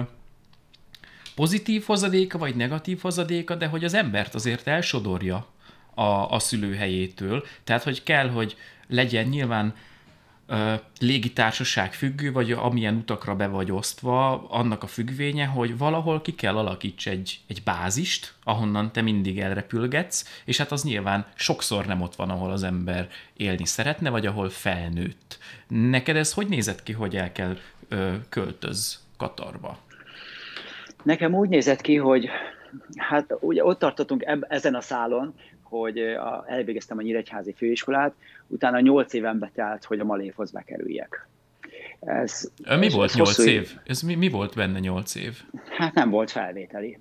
A: pozitív hozadéka, vagy negatív hozadéka, de hogy az embert azért elsodorja a, a szülőhelyétől. Tehát, hogy kell, hogy legyen nyilván légitársaság függő, vagy amilyen utakra be vagy osztva, annak a függvénye, hogy valahol ki kell alakíts egy, egy bázist, ahonnan te mindig elrepülgetsz, és hát az nyilván sokszor nem ott van, ahol az ember élni szeretne, vagy ahol felnőtt. Neked ez hogy nézett ki, hogy el kell ö, költöz Katarba?
B: Nekem úgy nézett ki, hogy hát ugye ott tartottunk eb- ezen a szálon, hogy a, elvégeztem a Nyíregyházi főiskolát, utána nyolc éven betelt, hogy a Malévhoz bekerüljek. Ez,
A: mi ez, volt nyolc év? Ez mi, mi volt benne nyolc év?
B: Hát nem volt felvételi.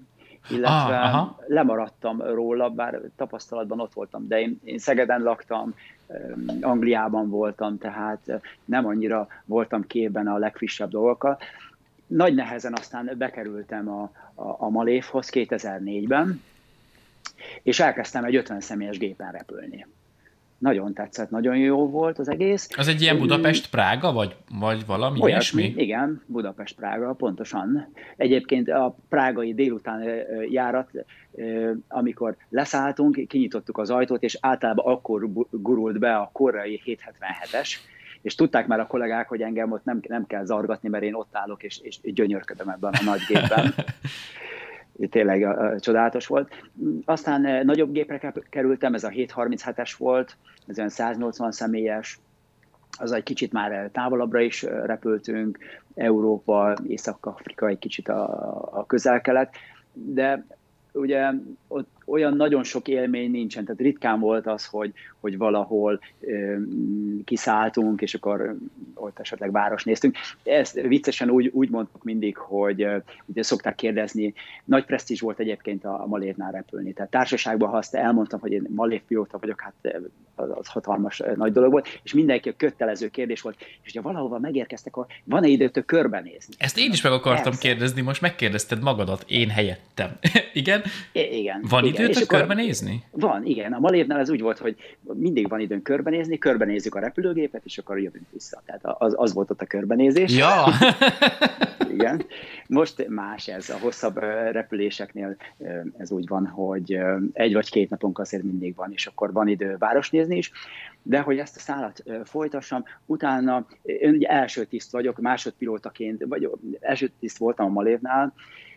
B: illetve
A: ah,
B: lemaradtam róla, bár tapasztalatban ott voltam, de én, én Szegeden laktam, Angliában voltam, tehát nem annyira voltam képben a legfrissebb dolgokkal. Nagy nehezen aztán bekerültem a, a, a Malévhoz kétezer-négyben, és elkezdtem egy ötven személyes gépen repülni. Nagyon tetszett, nagyon jó volt az egész.
A: Az egy ilyen Budapest-Prága, vagy, vagy valami
B: olyasmi?
A: ilyesmi?
B: Igen, Budapest-Prága, pontosan. Egyébként a prágai délután járat, amikor leszálltunk, kinyitottuk az ajtót, és általában akkor gurult be a korai hétszázhetvenhetes, és tudták már a kollégák, hogy engem ott nem, nem kell zargatni, mert én ott állok, és, és gyönyörködöm ebben a nagy gépben. Tényleg uh, csodálatos volt. Aztán uh, nagyobb gépre kerültem, ez a hétszázharminchetes volt, ez olyan száznyolcvan személyes, az egy kicsit már távolabbra is repültünk, Európa, Észak-Afrika, egy kicsit a, a közel-kelet, de ugye ott olyan nagyon sok élmény nincsen, tehát ritkán volt az, hogy, hogy valahol ö, kiszálltunk, és akkor ott esetleg város néztünk. Ezt viccesen úgy, úgy mondtuk mindig, hogy ö, ugye szokták kérdezni, nagy presztízs volt egyébként a Malévnál repülni. Tehát társaságban, ha azt elmondtam, hogy én Malév pilóta vagyok, hát az, az hatalmas ö, nagy dolog volt, és mindenki a kötelező kérdés volt, és ugye valahova megérkeztek, van-e időtök körbenézni?
A: Ezt én is meg akartam
B: Persze.
A: kérdezni, most megkérdezted magadat, én helyettem. Igen?
B: I- igen.
A: Van
B: igen.
A: időtök körbenézni?
B: Van, igen. A Malévnál ez úgy volt, hogy mindig van időn körbenézni, körbenézzük a repülőgépet, és akkor jövünk vissza. Tehát az, az volt ott a körbenézés.
A: Ja!
B: Igen. Most más ez. A hosszabb repüléseknél ez úgy van, hogy egy vagy két napunk azért mindig van, és akkor van idő városnézni is. De hogy ezt a szállat folytassam, utána én ugye első tiszt vagyok, másodpilótaként, vagy első tiszt voltam a Malévnál,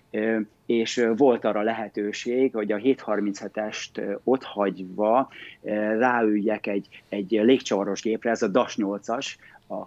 B: és volt arra lehetőség, hogy a hétszázharminchetest otthagyva ráüljek egy, egy légcsavaros gépre, ez a das nyolcas, a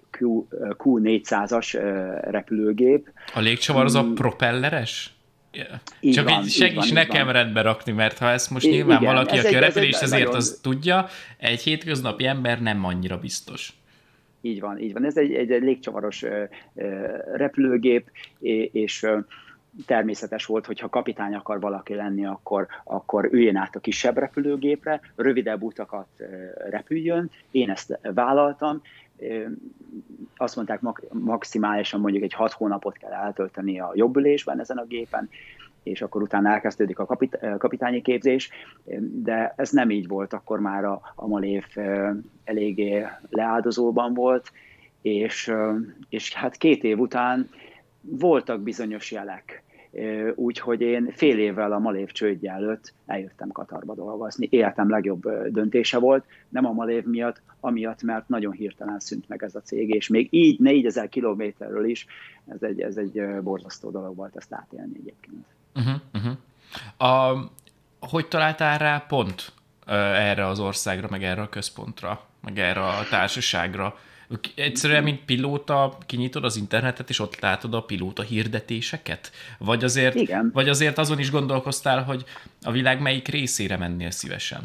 B: Q négyszázas repülőgép.
A: A légcsavar az a propelleres? Yeah. Csak
B: van,
A: így segíts
B: van,
A: nekem
B: van.
A: rendbe rakni, mert ha ezt most
B: I-
A: nyilván
B: igen,
A: valaki,
B: ez
A: aki
B: egy-
A: a
B: ez
A: repülés
B: egy
A: ezért
B: nagyon-
A: az tudja, egy hétköznapi ember nem annyira biztos.
B: Így van, így van. Ez egy, egy, egy légcsavaros ö, ö, repülőgép, és ö, természetes volt, hogy ha kapitány akar valaki lenni, akkor, akkor üljön át a kisebb repülőgépre, rövidebb utakat ö, repüljön. Én ezt vállaltam. Ö, azt mondták, maximálisan mondjuk egy hat hónapot kell eltölteni a jobbülésben ezen a gépen, és akkor utána elkezdődik a kapit- kapitányi képzés, de ez nem így volt, akkor már a, a Malév eléggé leáldozóban volt, és, és hát két év után voltak bizonyos jelek, úgyhogy én fél évvel a Malév csődje előtt eljöttem Katarba dolgozni. Életem legjobb döntése volt, nem a Malév miatt, amiatt, mert nagyon hirtelen szűnt meg ez a cég, és még így négyezer kilométerről is ez egy, ez egy borzasztó dolog volt ezt átélni egyébként.
A: Uh-huh, uh-huh. A, hogy találtál rá pont uh, erre az országra, meg erre a központra, meg erre a társaságra? Egyszerűen, mint pilóta, kinyitod az internetet, és ott látod a pilóta hirdetéseket? Vagy azért,
B: Igen.
A: vagy azért azon is gondolkoztál, hogy a világ melyik részére mennél szívesen?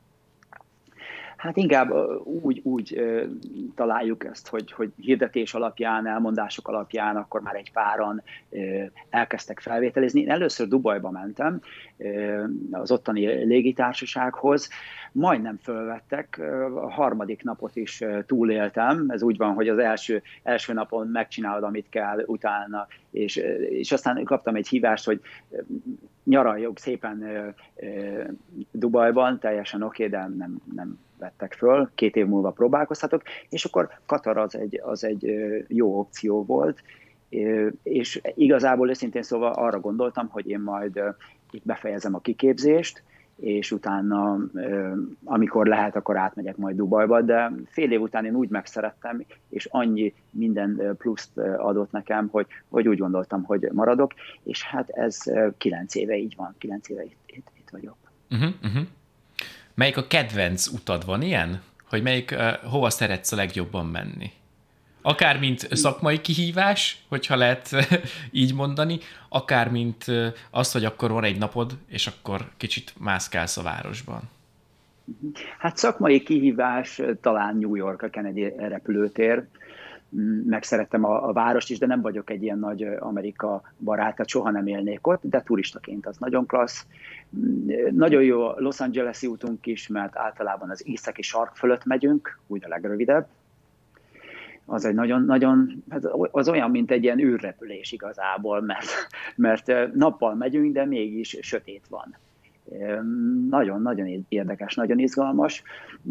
B: Hát inkább úgy, úgy uh, találjuk ezt, hogy, hogy hirdetés alapján, elmondások alapján akkor már egy páran uh, elkezdtek felvételizni. Én először Dubajba mentem uh, az ottani légitársasághoz, majdnem fölvettek, uh, a harmadik napot is uh, túléltem. Ez úgy van, hogy az első, első napon megcsinálod, amit kell utána, és, uh, és aztán kaptam egy hívást, hogy uh, nyaraljunk szépen uh, uh, Dubajban, teljesen oké, okay, de nem, nem vettek föl, két év múlva próbálkozhatok, és akkor Katar az egy, az egy jó opció volt, és igazából őszintén szóval arra gondoltam, hogy én majd itt befejezem a kiképzést, és utána, amikor lehet, akkor átmegyek majd Dubajba, de fél év után én úgy megszerettem, és annyi minden pluszt adott nekem, hogy, hogy úgy gondoltam, hogy maradok, és hát ez kilenc éve így van, kilenc éve itt, itt, itt vagyok.
A: Uh-huh, uh-huh. Melyik a kedvenc utad, van ilyen? Hogy melyik, uh, hova szeretsz a legjobban menni? Akár mint szakmai kihívás, hogyha lehet így mondani, akár mint uh, az, hogy akkor van egy napod, és akkor kicsit mászkálsz a városban.
B: Hát szakmai kihívás talán New York, a Kennedy repülőtér. megszerettem a, a várost is, de nem vagyok egy ilyen nagy Amerika barát, tehát soha nem élnék ott, de turistaként az nagyon klassz. Nagyon jó a Los Angeles-i útunk is, mert általában az északi sark fölött megyünk, úgy a legrövidebb. Az egy nagyon, nagyon, az olyan, mint egy ilyen űrrepülés igazából, mert, mert nappal megyünk, de mégis sötét van. Nagyon-nagyon érdekes, nagyon izgalmas.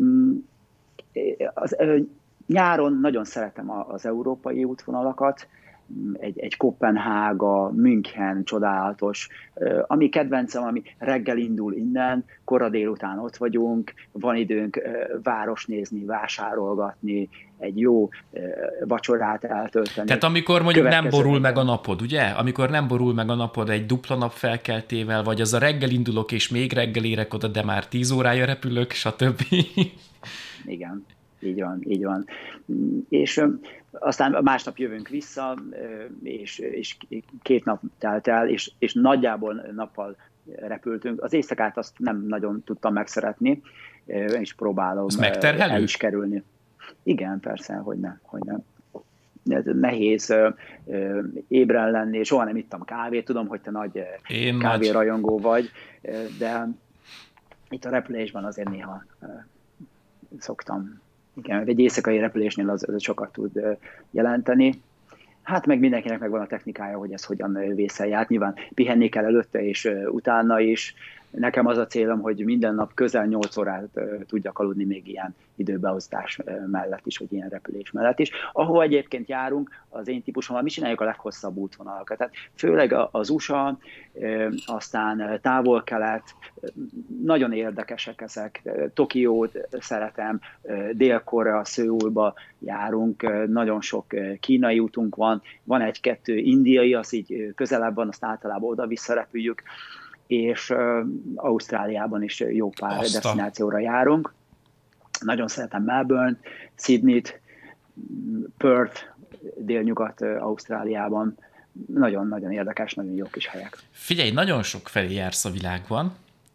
B: Az, nyáron nagyon szeretem az európai útvonalakat, egy, egy Koppenhága, München csodálatos, ami kedvencem, ami reggel indul innen, kora délután ott vagyunk, van időnk város nézni, vásárolgatni, egy jó vacsorát eltölteni.
A: Tehát amikor mondjuk nem borul meg a napod, ugye? Amikor nem borul meg a napod egy dupla nap felkeltével, vagy az a reggel indulok, és még reggel érek oda, de már tíz órája repülök, stb.
B: Igen. Így van, így van. És aztán másnap jövünk vissza, és, és két nap telt el, és, és nagyjából nappal repültünk. Az éjszakát azt nem nagyon tudtam megszeretni, és próbálom el is kerülni. Igen, persze, hogy nem, hogy nem. Nehéz ébren lenni, soha nem ittam kávét, tudom, hogy te nagy Én kávérajongó nagy... vagy, de itt a repülésben azért néha szoktam. Igen, egy éjszakai repülésnél az, az sokat tud jelenteni. Hát meg mindenkinek megvan a technikája, hogy ez hogyan vészelje át. Nyilván pihenni kell előtte és utána is. Nekem az a célom, hogy minden nap közel nyolc órát tudjak aludni még ilyen időbeosztás mellett is, vagy ilyen repülés mellett is. Ahova egyébként járunk, az én típusommal mi csináljuk a leghosszabb útvonalakat. Tehát főleg az u es á, aztán távol-kelet, nagyon érdekesek ezek. Tokiót szeretem, Dél-Korea, Szöulba járunk, nagyon sok kínai útunk van, van egy-kettő indiai, az így közelebb van, azt általában oda-vissza repüljük, és uh, Ausztráliában is jó pár Azta. desztinációra járunk. Nagyon szeretem Melbourne, Sydneyt, Perth, délnyugat Ausztráliában. Nagyon-nagyon érdekes, nagyon jó kis helyek.
A: Figyelj, nagyon sok felé jársz a világban,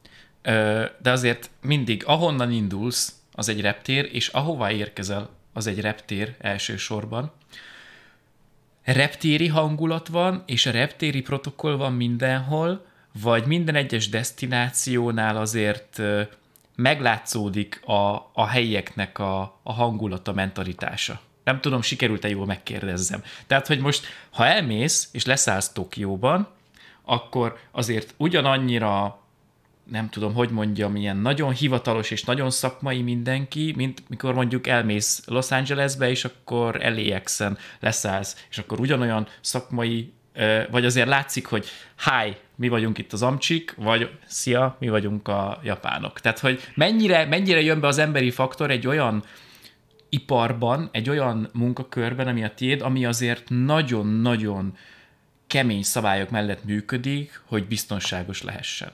A: de azért mindig ahonnan indulsz, az egy reptér, és ahová érkezel, az egy reptér elsősorban. Reptéri hangulat van, és a reptéri protokoll van mindenhol, vagy minden egyes desztinációnál azért meglátszódik a, a helyieknek a, a hangulata, mentalitása. Nem tudom, sikerült-e jól megkérdezzem. Tehát, hogy most, ha elmész és leszállsz Tokióban, akkor azért ugyanannyira, nem tudom, hogy mondjam, ilyen nagyon hivatalos és nagyon szakmai mindenki, mint mikor mondjuk elmész Los Angelesbe, és akkor el á iksz-en leszállsz, és akkor ugyanolyan szakmai, vagy azért látszik, hogy hi, mi vagyunk itt az amcsik, vagy szia, mi vagyunk a japánok. Tehát, hogy mennyire, mennyire jön be az emberi faktor egy olyan iparban, egy olyan munkakörben, ami a tiéd, ami azért nagyon-nagyon kemény szabályok mellett működik, hogy biztonságos lehessen.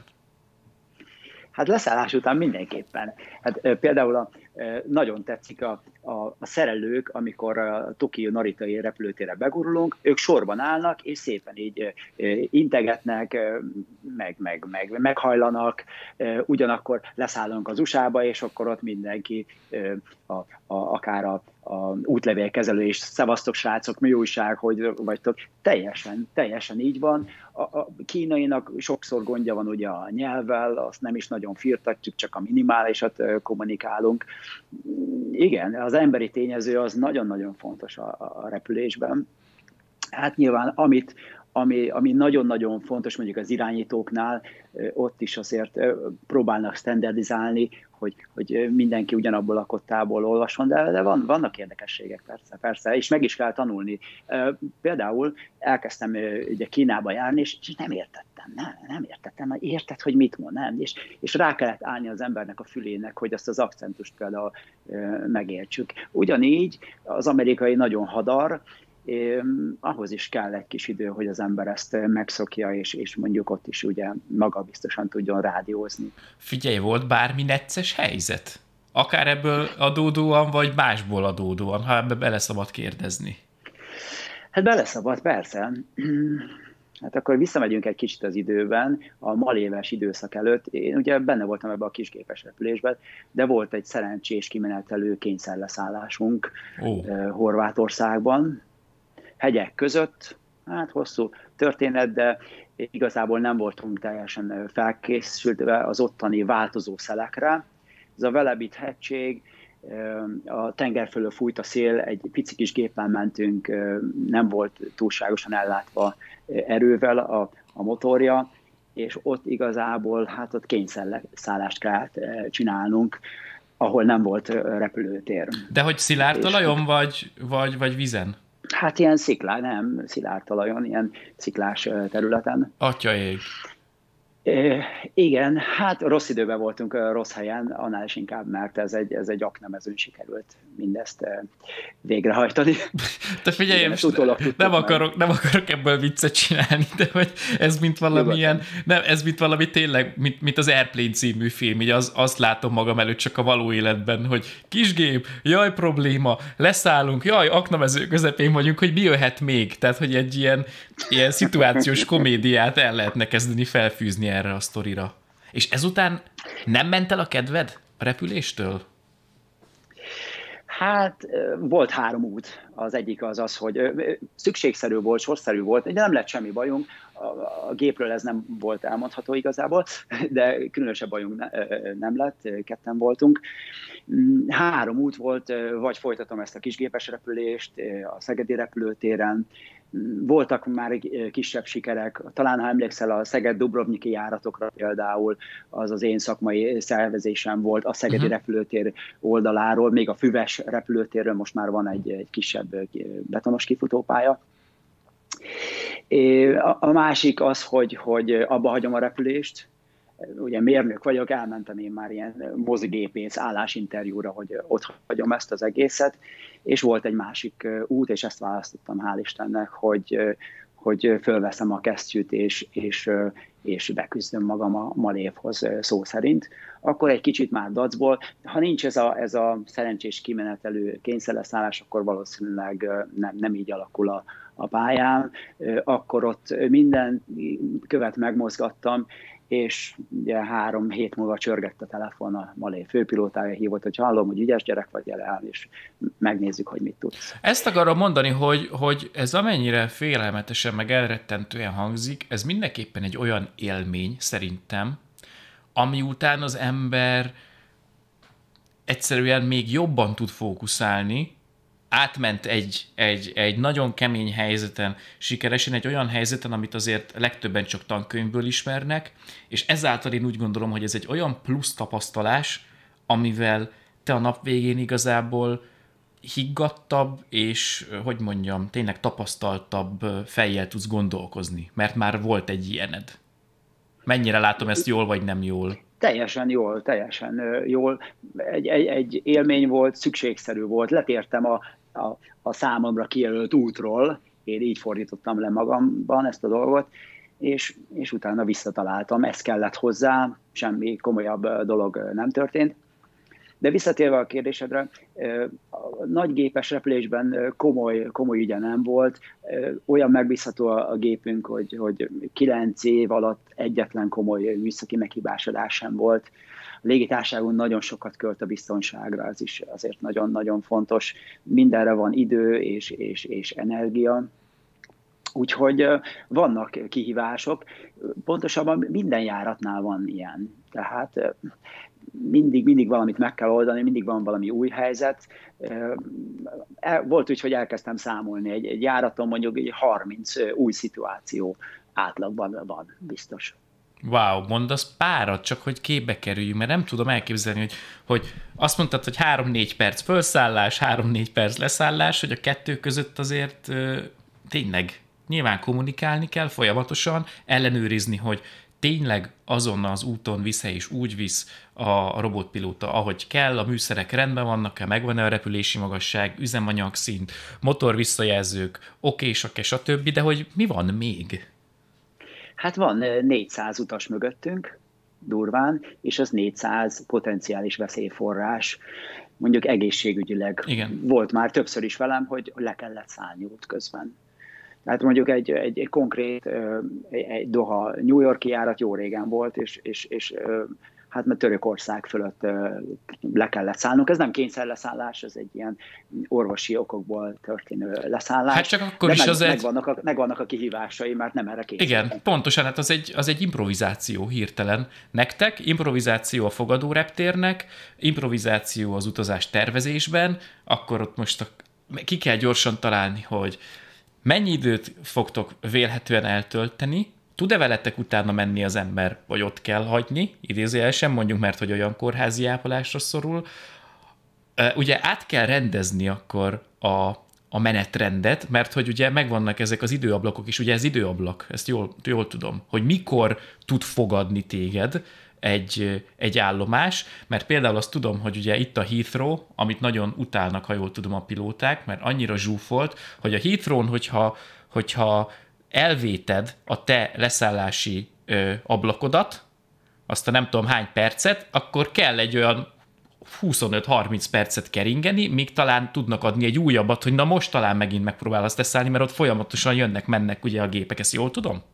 B: Hát leszállás után mindenképpen. Hát például a, nagyon tetszik a, a, a szerelők, amikor a Tokió Naritai repülőtérre begurulunk, ők sorban állnak, és szépen így integetnek, meg, meg, meg, meghajlanak, ugyanakkor leszállunk az u es á-ba, és akkor ott mindenki, a, a, akár a, a útlevélkezelő is, szevasztok srácok, mi újság, hogy vagytok. Teljesen, teljesen így van. A, a kínainak sokszor gondja van ugye a nyelvvel, azt nem is nagyon firtatjuk, csak a minimálisat kommunikálunk. Igen, az emberi tényező az nagyon-nagyon fontos a, a repülésben. Hát nyilván, amit, ami, ami nagyon-nagyon fontos mondjuk az irányítóknál, ott is azért próbálnak standardizálni, hogy, hogy mindenki ugyanabból a kottából olvasson, de, de van, vannak érdekességek, persze, persze, és meg is kell tanulni. Például elkezdtem ugye Kínába járni, és nem értettem, nem, nem értettem, érted, hogy mit mond, nem, és, és rá kellett állni az embernek a fülének, hogy azt az akcentust például megértsük. Ugyanígy az amerikai nagyon hadar, É, ahhoz is kell egy kis idő, hogy az ember ezt megszokja, és, és mondjuk ott is ugye maga biztosan tudjon rádiózni.
A: Figyelj, volt bármi necces helyzet? Akár ebből adódóan, vagy másból adódóan, ha ebbe bele szabad kérdezni.
B: Hát bele szabad, persze. Hát akkor visszamegyünk egy kicsit az időben, a maléves időszak előtt. Én ugye benne voltam ebben a kisgépes repülésben, de volt egy szerencsés kimenetelő kényszerleszállásunk oh. Horvátországban, hegyek között, hát hosszú történet, de igazából nem voltunk teljesen felkészülve az ottani változó szelekre. Ez a Velebit hegység, a tenger fölől fújt a szél, egy pici kis géppel mentünk, nem volt túlságosan ellátva erővel a, a motorja, és ott igazából hát ott kényszerszállást kellett csinálnunk, ahol nem volt repülőtér.
A: De hogy szilárd talajon, vagy, vagy, vagy vizen?
B: Hát ilyen sziklá, nem szilárd talajon, ilyen sziklás területen.
A: Atya ég.
B: É, igen, hát rossz időben voltunk, rossz helyen, annál is inkább, mert ez egy, ez egy aknemezőn sikerült mindezt végrehajtani.
A: Te figyelj, igen, nem, akarok, nem akarok ebből viccet csinálni, de hogy ez mint valamilyen, nem, ez mint valami tényleg, mint, mint az Airplane című film, így az, azt látom magam előtt csak a való életben, hogy kisgép, jaj probléma, leszállunk, jaj, aknemező közepén vagyunk, hogy mi jöhet még, tehát hogy egy ilyen, ilyen szituációs komédiát el lehetne kezdeni felfűzni erre a sztorira. És ezután nem ment el a kedved a repüléstől?
B: Hát volt három út. Az egyik az az, hogy szükségszerű volt, sorszerű volt, de nem lett semmi bajunk. A gépről ez nem volt elmondható igazából, de különösebb bajunk nem lett, ketten voltunk. Három út volt, vagy folytatom ezt a kisgépes repülést a szegedi repülőtéren, voltak már kisebb sikerek, talán ha emlékszel a Szeged-Dubrovniki járatokra például, az az én szakmai szervezésem volt a szegedi uh-huh. repülőtér oldaláról, még a Füves repülőtérről most már van egy, egy kisebb betonos kifutópálya. A másik az, hogy, hogy abba hagyom a repülést, ugye mérnök vagyok, elmentem én már ilyen mozigépész állásinterjúra, hogy ott hagyom ezt az egészet, és volt egy másik út, és ezt választottam, hál' Istennek, hogy, hogy fölveszem a kesztyűt, és, és, és beküzdöm magam a malévhoz szó szerint. Akkor egy kicsit már dacból, ha nincs ez a, ez a szerencsés kimenetelő kényszerleszállás, akkor valószínűleg nem, nem így alakul a, a pályám. Akkor ott minden követ megmozgattam, és ugye három hét múlva csörgett a telefon, a Malév főpilótája hívott, hogy hallom, hogy ügyes gyerek vagy, gyere el, és megnézzük, hogy mit tudsz.
A: Ezt akarom mondani, hogy, hogy ez amennyire félelmetesen, meg elrettentően hangzik, ez mindenképpen egy olyan élmény, szerintem, ami után az ember egyszerűen még jobban tud fókuszálni, átment egy, egy, egy nagyon kemény helyzeten, sikeresen egy olyan helyzeten, amit azért legtöbben csak tankönyvből ismernek, és ezáltal én úgy gondolom, hogy ez egy olyan plusz tapasztalás, amivel te a nap végén igazából higgadtabb, és hogy mondjam, tényleg tapasztaltabb fejjel tudsz gondolkozni, mert már volt egy ilyened. Mennyire látom ezt jól, vagy nem jól?
B: Teljesen jól, teljesen jól. Egy, egy, egy élmény volt, szükségszerű volt, letértem a, a, a számomra kijelölt útról, én így fordítottam le magamban ezt a dolgot, és, és utána visszataláltam, ez kellett hozzá, semmi komolyabb dolog nem történt. De visszatérve a kérdésedre, a nagygépes repülésben komoly, komoly ügye nem volt. Olyan megbízható a gépünk, hogy, hogy kilenc év alatt egyetlen komoly műszaki meghibásodás sem volt. A légitársaságunk nagyon sokat költ a biztonságra, ez is azért nagyon-nagyon fontos. Mindenre van idő és, és, és energia. Úgyhogy vannak kihívások, pontosabban minden járatnál van ilyen. Tehát mindig, mindig valamit meg kell oldani, mindig van valami új helyzet. Volt úgy, hogy elkezdtem számolni, egy, egy járaton mondjuk egy harminc új szituáció átlagban van, biztos.
A: Wow, mondasz párat, csak hogy képbe kerüljünk, mert nem tudom elképzelni, hogy, hogy azt mondtad, hogy három-négy perc felszállás, három-négy perc leszállás, hogy a kettő között azért ö, tényleg nyilván kommunikálni kell folyamatosan, ellenőrizni, hogy tényleg azon az úton visz és úgy visz a robotpilóta, ahogy kell, a műszerek rendben vannak-e, megvan-e a repülési magasság, üzemanyagszint, motor visszajelzők, okésak-e, stb., de hogy mi van még?
B: Hát van négyszáz utas mögöttünk, durván, és az négyszáz potenciális veszélyforrás, mondjuk egészségügyileg.
A: Igen.
B: Volt már többször is velem, hogy le kellett szállni útközben. Tehát mondjuk egy, egy, egy konkrét, egy Doha New York-i járat jó régen volt, és, és, és hát mert Törökország fölött le kellett szállnunk. Ez nem kényszerleszállás, ez egy ilyen orvosi okokból történő leszállás.
A: Hát csak akkor
B: de
A: is
B: meg,
A: az egy...
B: megvannak, a, megvannak a kihívásai, mert nem erre kényszerülünk.
A: Igen, pontosan, hát az egy, az egy improvizáció hirtelen. Nektek improvizáció a fogadóreptérnek, improvizáció az utazás tervezésben, akkor ott most a, ki kell gyorsan találni, hogy mennyi időt fogtok vélhetően eltölteni, tud-e veletek utána menni az ember, vagy ott kell hagyni, idézőjelesen mondjuk, mert hogy olyan kórházi ápolásra szorul. Ugye át kell rendezni akkor a, a menetrendet, mert hogy ugye megvannak ezek az időablakok is, ugye ez időablak, ezt jól, jól tudom, hogy mikor tud fogadni téged egy, egy állomás, mert például azt tudom, hogy ugye itt a Heathrow, amit nagyon utálnak, ha jól tudom a pilóták, mert annyira zsúfolt, hogy a Heathrow-n, hogyha, hogyha elvéted a te leszállási ö, ablakodat, azt a nem tudom hány percet, akkor kell egy olyan huszonöt-harminc percet keringeni, míg talán tudnak adni egy újabbat, hogy na most talán megint megpróbálsz leszállni, mert ott folyamatosan jönnek, mennek ugye a gépek, ezt jól tudom?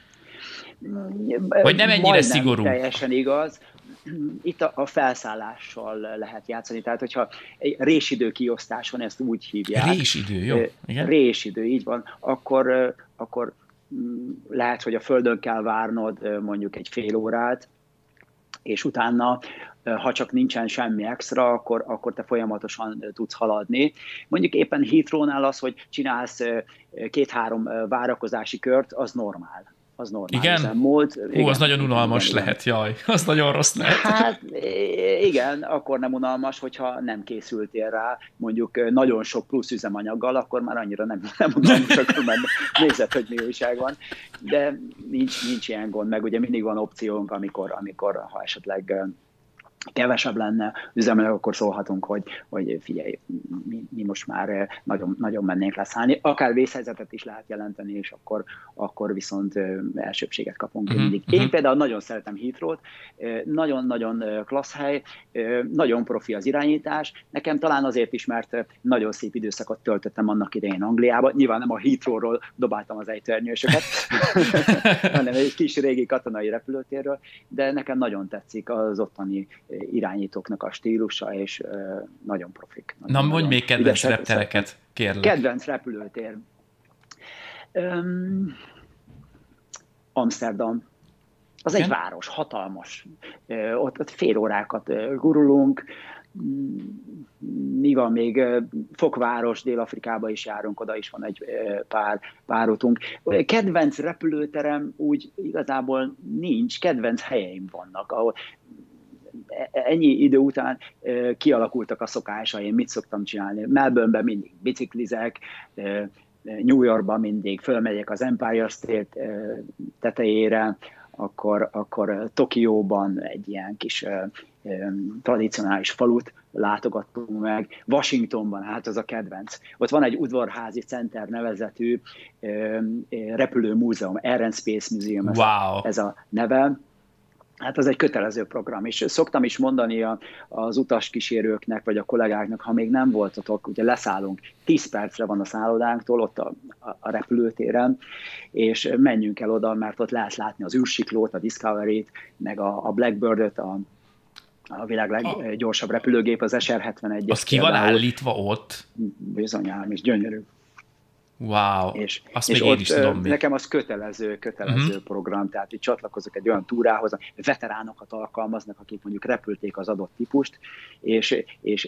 A: Vagy nem ennyire
B: Majdnem
A: szigorú?
B: Teljesen igaz. Itt a, a felszállással lehet játszani, tehát hogyha egy résidő kiosztás van, ezt úgy hívják.
A: Résidő, jó. Igen.
B: Résidő, így van. Akkor, akkor lehet, hogy a földön kell várnod mondjuk egy fél órát, és utána, ha csak nincsen semmi extra, akkor, akkor te folyamatosan tudsz haladni. Mondjuk éppen Heathrow-nál az, hogy csinálsz két-három várakozási kört, az normál. Az normál
A: igen?
B: üzemmód.
A: Hú,
B: igen,
A: az nagyon unalmas
B: igen,
A: lehet, jaj. Az nagyon rossz lehet.
B: Hát igen, akkor nem unalmas, hogyha nem készültél rá, mondjuk nagyon sok plusz üzemanyaggal, akkor már annyira nem, nem unalmas, akkor már nézed, hogy mi újság van. De nincs, nincs ilyen gond, meg ugye mindig van opciónk, amikor, amikor ha esetleg kevesebb lenne üzemanyag, akkor szólhatunk, hogy, hogy figyelj, mi, mi most már nagyon, nagyon mennénk leszállni. Akár vészhelyzetet is lehet jelenteni, és akkor, akkor viszont elsőbséget kapunk uh-huh, mindig. Én uh-huh. például nagyon szeretem Heathrow-t, nagyon-nagyon klassz hely, nagyon profi az irányítás. Nekem talán azért is, mert nagyon szép időszakot töltöttem annak idején Angliába. Nyilván nem a Heathrow-ról dobáltam az ejtőernyősöket, hanem egy kis régi katonai repülőtérről, de nekem nagyon tetszik az ottani irányítóknak a stílusa, és uh, nagyon profik. Nagyon,
A: Na, mondj még kedvenc reptereket, kérlek.
B: Kedvenc repülőtér. Um, Amsterdam. Az igen? Egy város, hatalmas. Uh, ott, ott fél órákat uh, gurulunk. Mi van még? Uh, Fokváros, Dél-Afrikába is járunk, oda is van egy uh, pár, pár utunk. Kedvenc repülőterem úgy igazából nincs, kedvenc helyeim vannak, ahol ennyi idő után uh, kialakultak a szokásaim, mit szoktam csinálni. Melbourne-ben mindig biciklizek, uh, New Yorkban mindig fölmegyek az Empire State uh, tetejére, akkor, akkor Tokióban egy ilyen kis uh, um, tradicionális falut látogattunk meg, Washingtonban, hát az a kedvenc. Ott van egy udvarházi center nevezetű um, repülőmúzeum, Air and Space Museum, ez,
A: wow.
B: a, ez a neve. Hát ez egy kötelező program, és szoktam is mondani a, az utaskísérőknek, vagy a kollégáknak, ha még nem voltatok, ugye leszállunk, tíz percre van a szállodánktól, ott a, a, a repülőtéren, és menjünk el oda, mert ott lehet látni az űrsiklót, a Discovery-t, meg a, a Blackbird-öt, a, a világ leggyorsabb repülőgép, az es er hetvenegy.
A: Az ki van állítva ott?
B: Bizonyám, és gyönyörű.
A: Wow,
B: és,
A: azt
B: és
A: még
B: ott,
A: én is tudom.
B: Nekem az kötelező, kötelező uh-huh. program, tehát itt csatlakozok egy olyan túrához, veteránokat alkalmaznak, akik mondjuk repülték az adott típust, és, és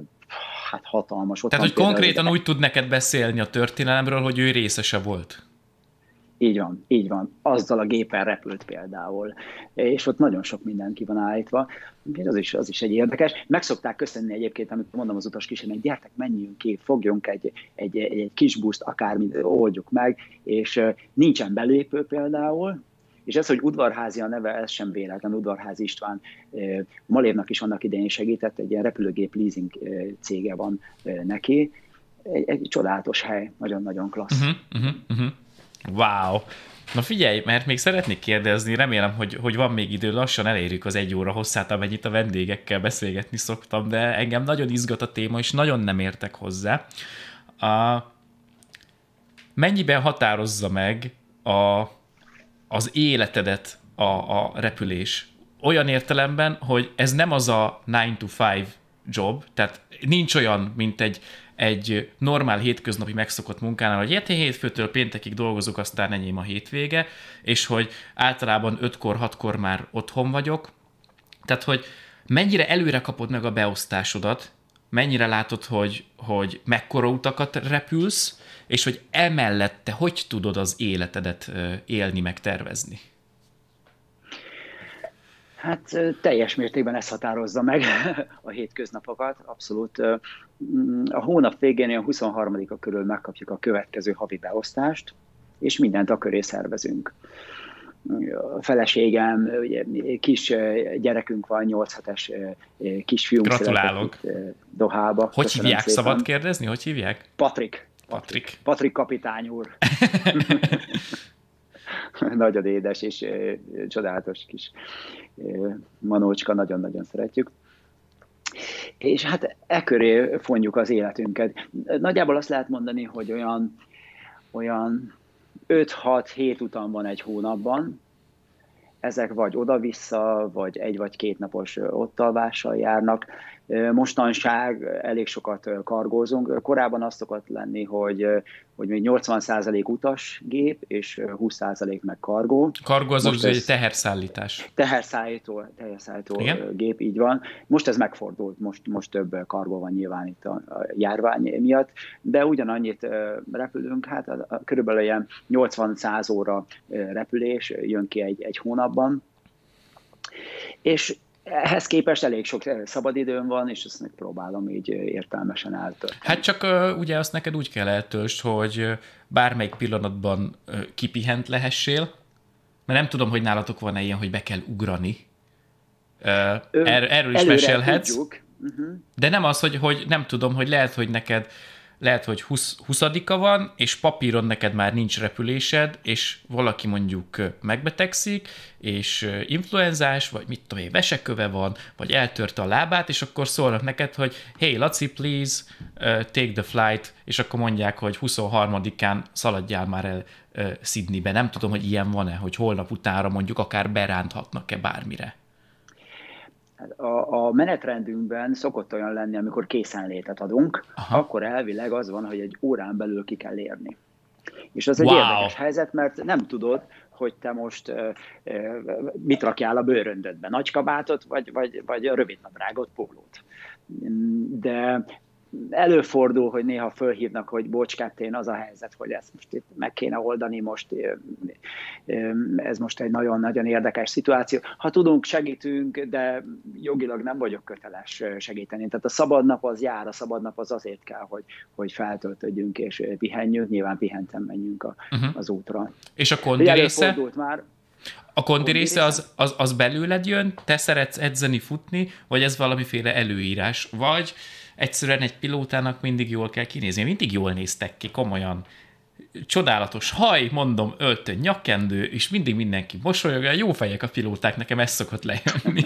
B: hát hatalmas. Ott
A: tehát, hogy
B: például,
A: konkrétan úgy tud neked beszélni a történelemről, hogy ő részese volt.
B: Így van, így van. Azzal a gépen repült például. És ott nagyon sok minden ki van állítva. Az is, az is egy érdekes. Meg szokták köszönni egyébként, amit mondom az utaskísérőnek, gyertek, menjünk ki, fogjunk egy, egy, egy, egy kis buszt, akármit oldjuk meg, és nincsen belépő például, és ez, hogy udvarházi a neve, ez sem véletlen, Udvarházi István Malévnak is annak idején segített, egy ilyen repülőgép leasing cége van neki. Egy, egy csodálatos hely, nagyon-nagyon klassz.
A: Uh-huh, uh-huh, uh-huh. Wow! Na figyelj, mert még szeretnék kérdezni, remélem, hogy, hogy van még idő, lassan elérjük az egy óra hosszát, amennyit a vendégekkel beszélgetni szoktam, de engem nagyon izgat a téma, és nagyon nem értek hozzá. A... mennyiben határozza meg a, az életedet a, a repülés? Olyan értelemben, hogy ez nem az a nine to five job, tehát nincs olyan, mint egy, egy normál hétköznapi megszokott munkánál, hogy hét hétfőtől péntekig dolgozok, aztán enyém a hétvége, és hogy általában ötkor, hatkor már otthon vagyok. Tehát, hogy mennyire előre kapod meg a beosztásodat, mennyire látod, hogy, hogy mekkora utakat repülsz, és hogy emellett te hogy tudod az életedet élni, meg tervezni?
B: Hát teljes mértékben ez határozza meg a hétköznapokat, abszolút. A hónap végén, a huszonharmadika körül megkapjuk a következő havi beosztást, és mindent a köré szervezünk. A feleségem, ugye, kis gyerekünk van, nyolc hetes kisfiunk.
A: Gratulálok.
B: Dohába.
A: Hogy Köszönöm hívják, szépen. Szabad kérdezni? Hogy hívják?
B: Patrik.
A: Patrik.
B: Patrik kapitány úr. Nagyon édes és e, csodálatos kis e, manócska, nagyon-nagyon szeretjük. És hát e köré fonjuk az életünket. Nagyjából azt lehet mondani, hogy olyan, olyan öt-hat-hét utam van egy hónapban. Ezek vagy oda-vissza, vagy egy vagy két napos ottalvással járnak. Mostanság elég sokat kargózunk. Korábban az szokott lenni, hogy, hogy még nyolcvan százalék utas gép, és húsz százalék meg kargó.
A: Kargó az az egy teherszállítás.
B: Teherszállító, teherszállító gép, így van. Most ez megfordult, most, most több kargó van nyilván itt a, a járvány miatt, de ugyanannyit repülünk, hát a, a, körülbelül ilyen nyolcvan-száz óra repülés jön ki egy, egy hónapban. És ehhez képest elég sok szabadidőm van, és ezt megpróbálom így értelmesen eltölteni.
A: Hát csak uh, ugye azt neked úgy kell eltöltsd, hogy bármelyik pillanatban uh, kipihent lehessél, mert nem tudom, hogy nálatok van-e ilyen, hogy be kell ugrani. Uh, er, erről is mesélhetsz. Uh-huh. De nem az, hogy, hogy nem tudom, hogy lehet, hogy neked lehet, hogy huszadika van, és papíron neked már nincs repülésed, és valaki mondjuk megbetegszik, és influenzás, vagy mit tudom én, veseköve van, vagy eltörte a lábát, és akkor szólnak neked, hogy hey, Laci, please, uh, take the flight, és akkor mondják, hogy huszonharmadikán szaladjál már el uh, Sydneybe. Nem tudom, hogy ilyen van-e, hogy holnap utánra mondjuk akár beránthatnak-e bármire.
B: A, a menetrendünkben szokott olyan lenni, amikor készenlétet adunk, aha, akkor elvileg az van, hogy egy órán belül ki kell érni. És az egy wow. érdekes helyzet, mert nem tudod, hogy te most uh, uh, mit rakjál a bőröndödbe, nagy kabátot, vagy, vagy, vagy a rövidnadrágot, pólót. De előfordul, hogy néha fölhívnak, hogy bocs, Captain, az a helyzet, hogy ezt most itt meg kéne oldani, most ez most egy nagyon-nagyon érdekes szituáció. Ha tudunk, segítünk, de jogilag nem vagyok köteles segíteni. Tehát a szabadnap az jár, a szabadnap az azért kell, hogy, hogy feltöltődjünk és pihenjünk, nyilván pihenten menjünk a, uh-huh. az útra.
A: És a kondi része?
B: Már,
A: A kondi része az, az, az belőled jön, te szeretsz edzeni, futni, vagy ez valamiféle előírás, vagy egyszerűen egy pilótának mindig jól kell kinézni. Mindig jól néztek ki, komolyan. Csodálatos haj, mondom, öltön, nyakkendő, és mindig mindenki mosolyog, jó fejek a pilóták, nekem ez szokott lejönni.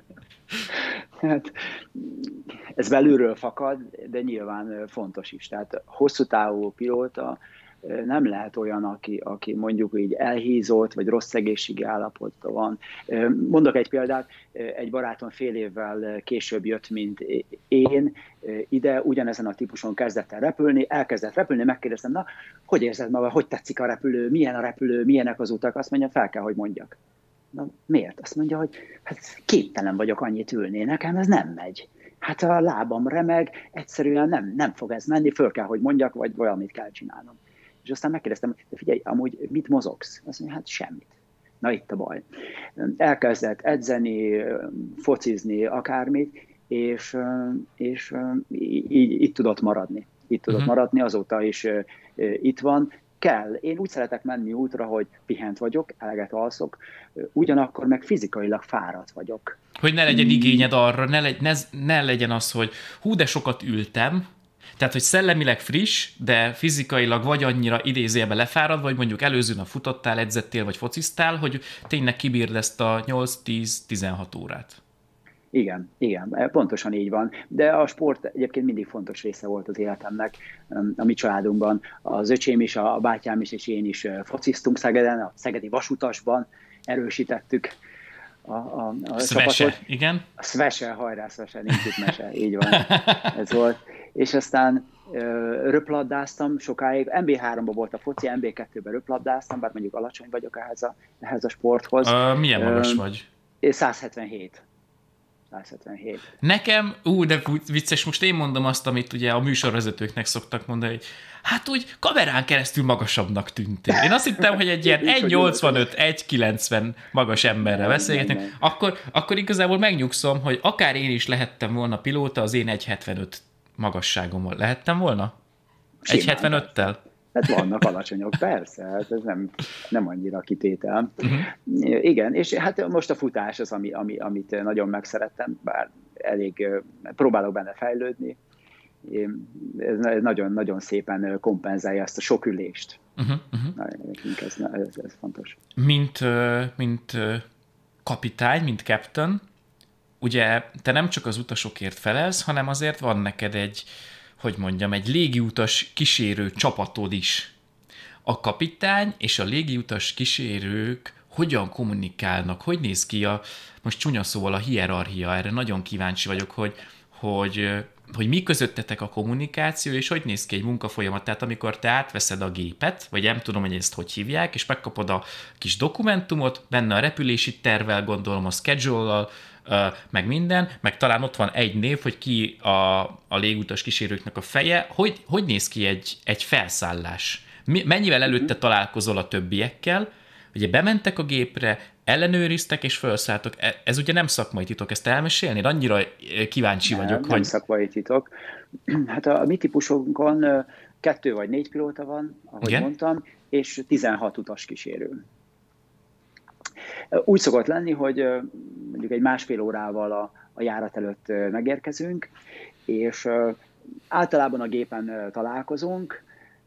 B: Hát, ez belülről fakad, de nyilván fontos is. Tehát hosszú távú pilóta nem lehet olyan, aki, aki mondjuk így elhízott, vagy rossz egészségi állapotban van. Mondok egy példát, egy barátom fél évvel később jött, mint én, ide ugyanezen a típuson kezdett el repülni, elkezdett repülni, megkérdeztem, na, hogy érzed magad, hogy tetszik a repülő, milyen a repülő, milyenek az utak, azt mondja, fel kell, hogy mondjak. Na, miért? Azt mondja, hogy hát képtelen vagyok annyit ülni, nekem ez nem megy. Hát a lábam remeg, egyszerűen nem, nem fog ez menni, föl kell, hogy mondjak, vagy valamit kell csinálnom. És aztán megkérdeztem, de figyelj, amúgy mit mozogsz? Azt mondja, hát semmit. Na itt a baj. Elkezdett edzeni, focizni, akármit, és, és így, így tudott maradni. Itt tudott uh-huh. maradni, azóta is itt van. Kell. Én úgy szeretek menni útra, hogy pihent vagyok, eleget alszok, ugyanakkor meg fizikailag fáradt vagyok.
A: Hogy ne legyen igényed arra, ne, legy, ne, ne legyen az, hogy hú, de sokat ültem, tehát, hogy szellemileg friss, de fizikailag vagy annyira idézőjelben lefárad, vagy mondjuk előző nap futottál, edzettél, vagy fociztál, hogy tényleg kibírd ezt a nyolc-tíz-tizenhat órát.
B: Igen, igen, pontosan így van. De a sport egyébként mindig fontos része volt az életemnek. A mi családunkban az öcsém is, a bátyám is, és én is fociztunk Szegeden, a szegedi Vasutasban erősítettük a, a, a csapatot.
A: Igen?
B: A Svese, hajrá Svese, nincs itt mese, így van. Ez volt. És aztán röplabdáztam sokáig. en bé háromban volt a foci, en bé kettőben röplabdáztam, bár mondjuk alacsony vagyok ehhez a, ehhez a sporthoz.
A: Uh, milyen magas uh, vagy?
B: száz hetvenhét. száz hetvenhét.
A: Nekem, ú, de vicces, most én mondom azt, amit ugye a műsorvezetőknek szoktak mondani, hogy hát úgy kamerán keresztül magasabbnak tűntél. Én azt hittem, hogy egy ilyen egy nyolcvanöt egy kilencven magas emberrel beszélgetünk, akkor, akkor igazából megnyugszom, hogy akár én is lehettem volna pilóta, az én egy hetvenöt magasságommal. Lehettem volna? egy hetvenöttel?
B: Hát vannak alacsonyok, persze, hát ez nem, nem annyira kitétel. Uh-huh. Igen, és hát most a futás az, ami, ami, amit nagyon megszerettem, bár elég próbálok benne fejlődni. Ez nagyon-nagyon szépen kompenzálja ezt a sok ülést. Uh-huh, uh-huh. Ez, ez, ez fontos.
A: Mint, mint kapitány, mint captain, ugye te nem csak az utasokért felelsz, hanem azért van neked egy, hogy mondjam, egy légiutas kísérő csapatod is. A kapitány és a légiutas kísérők hogyan kommunikálnak? Hogy néz ki a, most csúnya szóval a hierarchia? Erre nagyon kíváncsi vagyok, hogy, hogy, hogy mi közöttetek a kommunikáció, és hogy néz ki egy munkafolyamat. Tehát amikor te átveszed a gépet, vagy nem tudom, hogy ezt hogy hívják, és megkapod a kis dokumentumot, benne a repülési tervvel, gondolom a schedule-al, meg minden, meg talán ott van egy név, hogy ki a, a légutas kísérőknek a feje. Hogy, hogy néz ki egy, egy felszállás? Mennyivel előtte találkozol a többiekkel? Ugye bementek a gépre, ellenőriztek és felszálltok. Ez ugye nem szakmai titok, ezt elmesélni? Annyira kíváncsi
B: nem,
A: vagyok.
B: Nem
A: hogy...
B: szakmai titok. Hát a, a mi típusunkon kettő vagy négy pilóta van, ahogy Igen? mondtam, és tizenhat utas kísérő. Úgy szokott lenni, hogy mondjuk egy másfél órával a, a járat előtt megérkezünk, és általában a gépen találkozunk,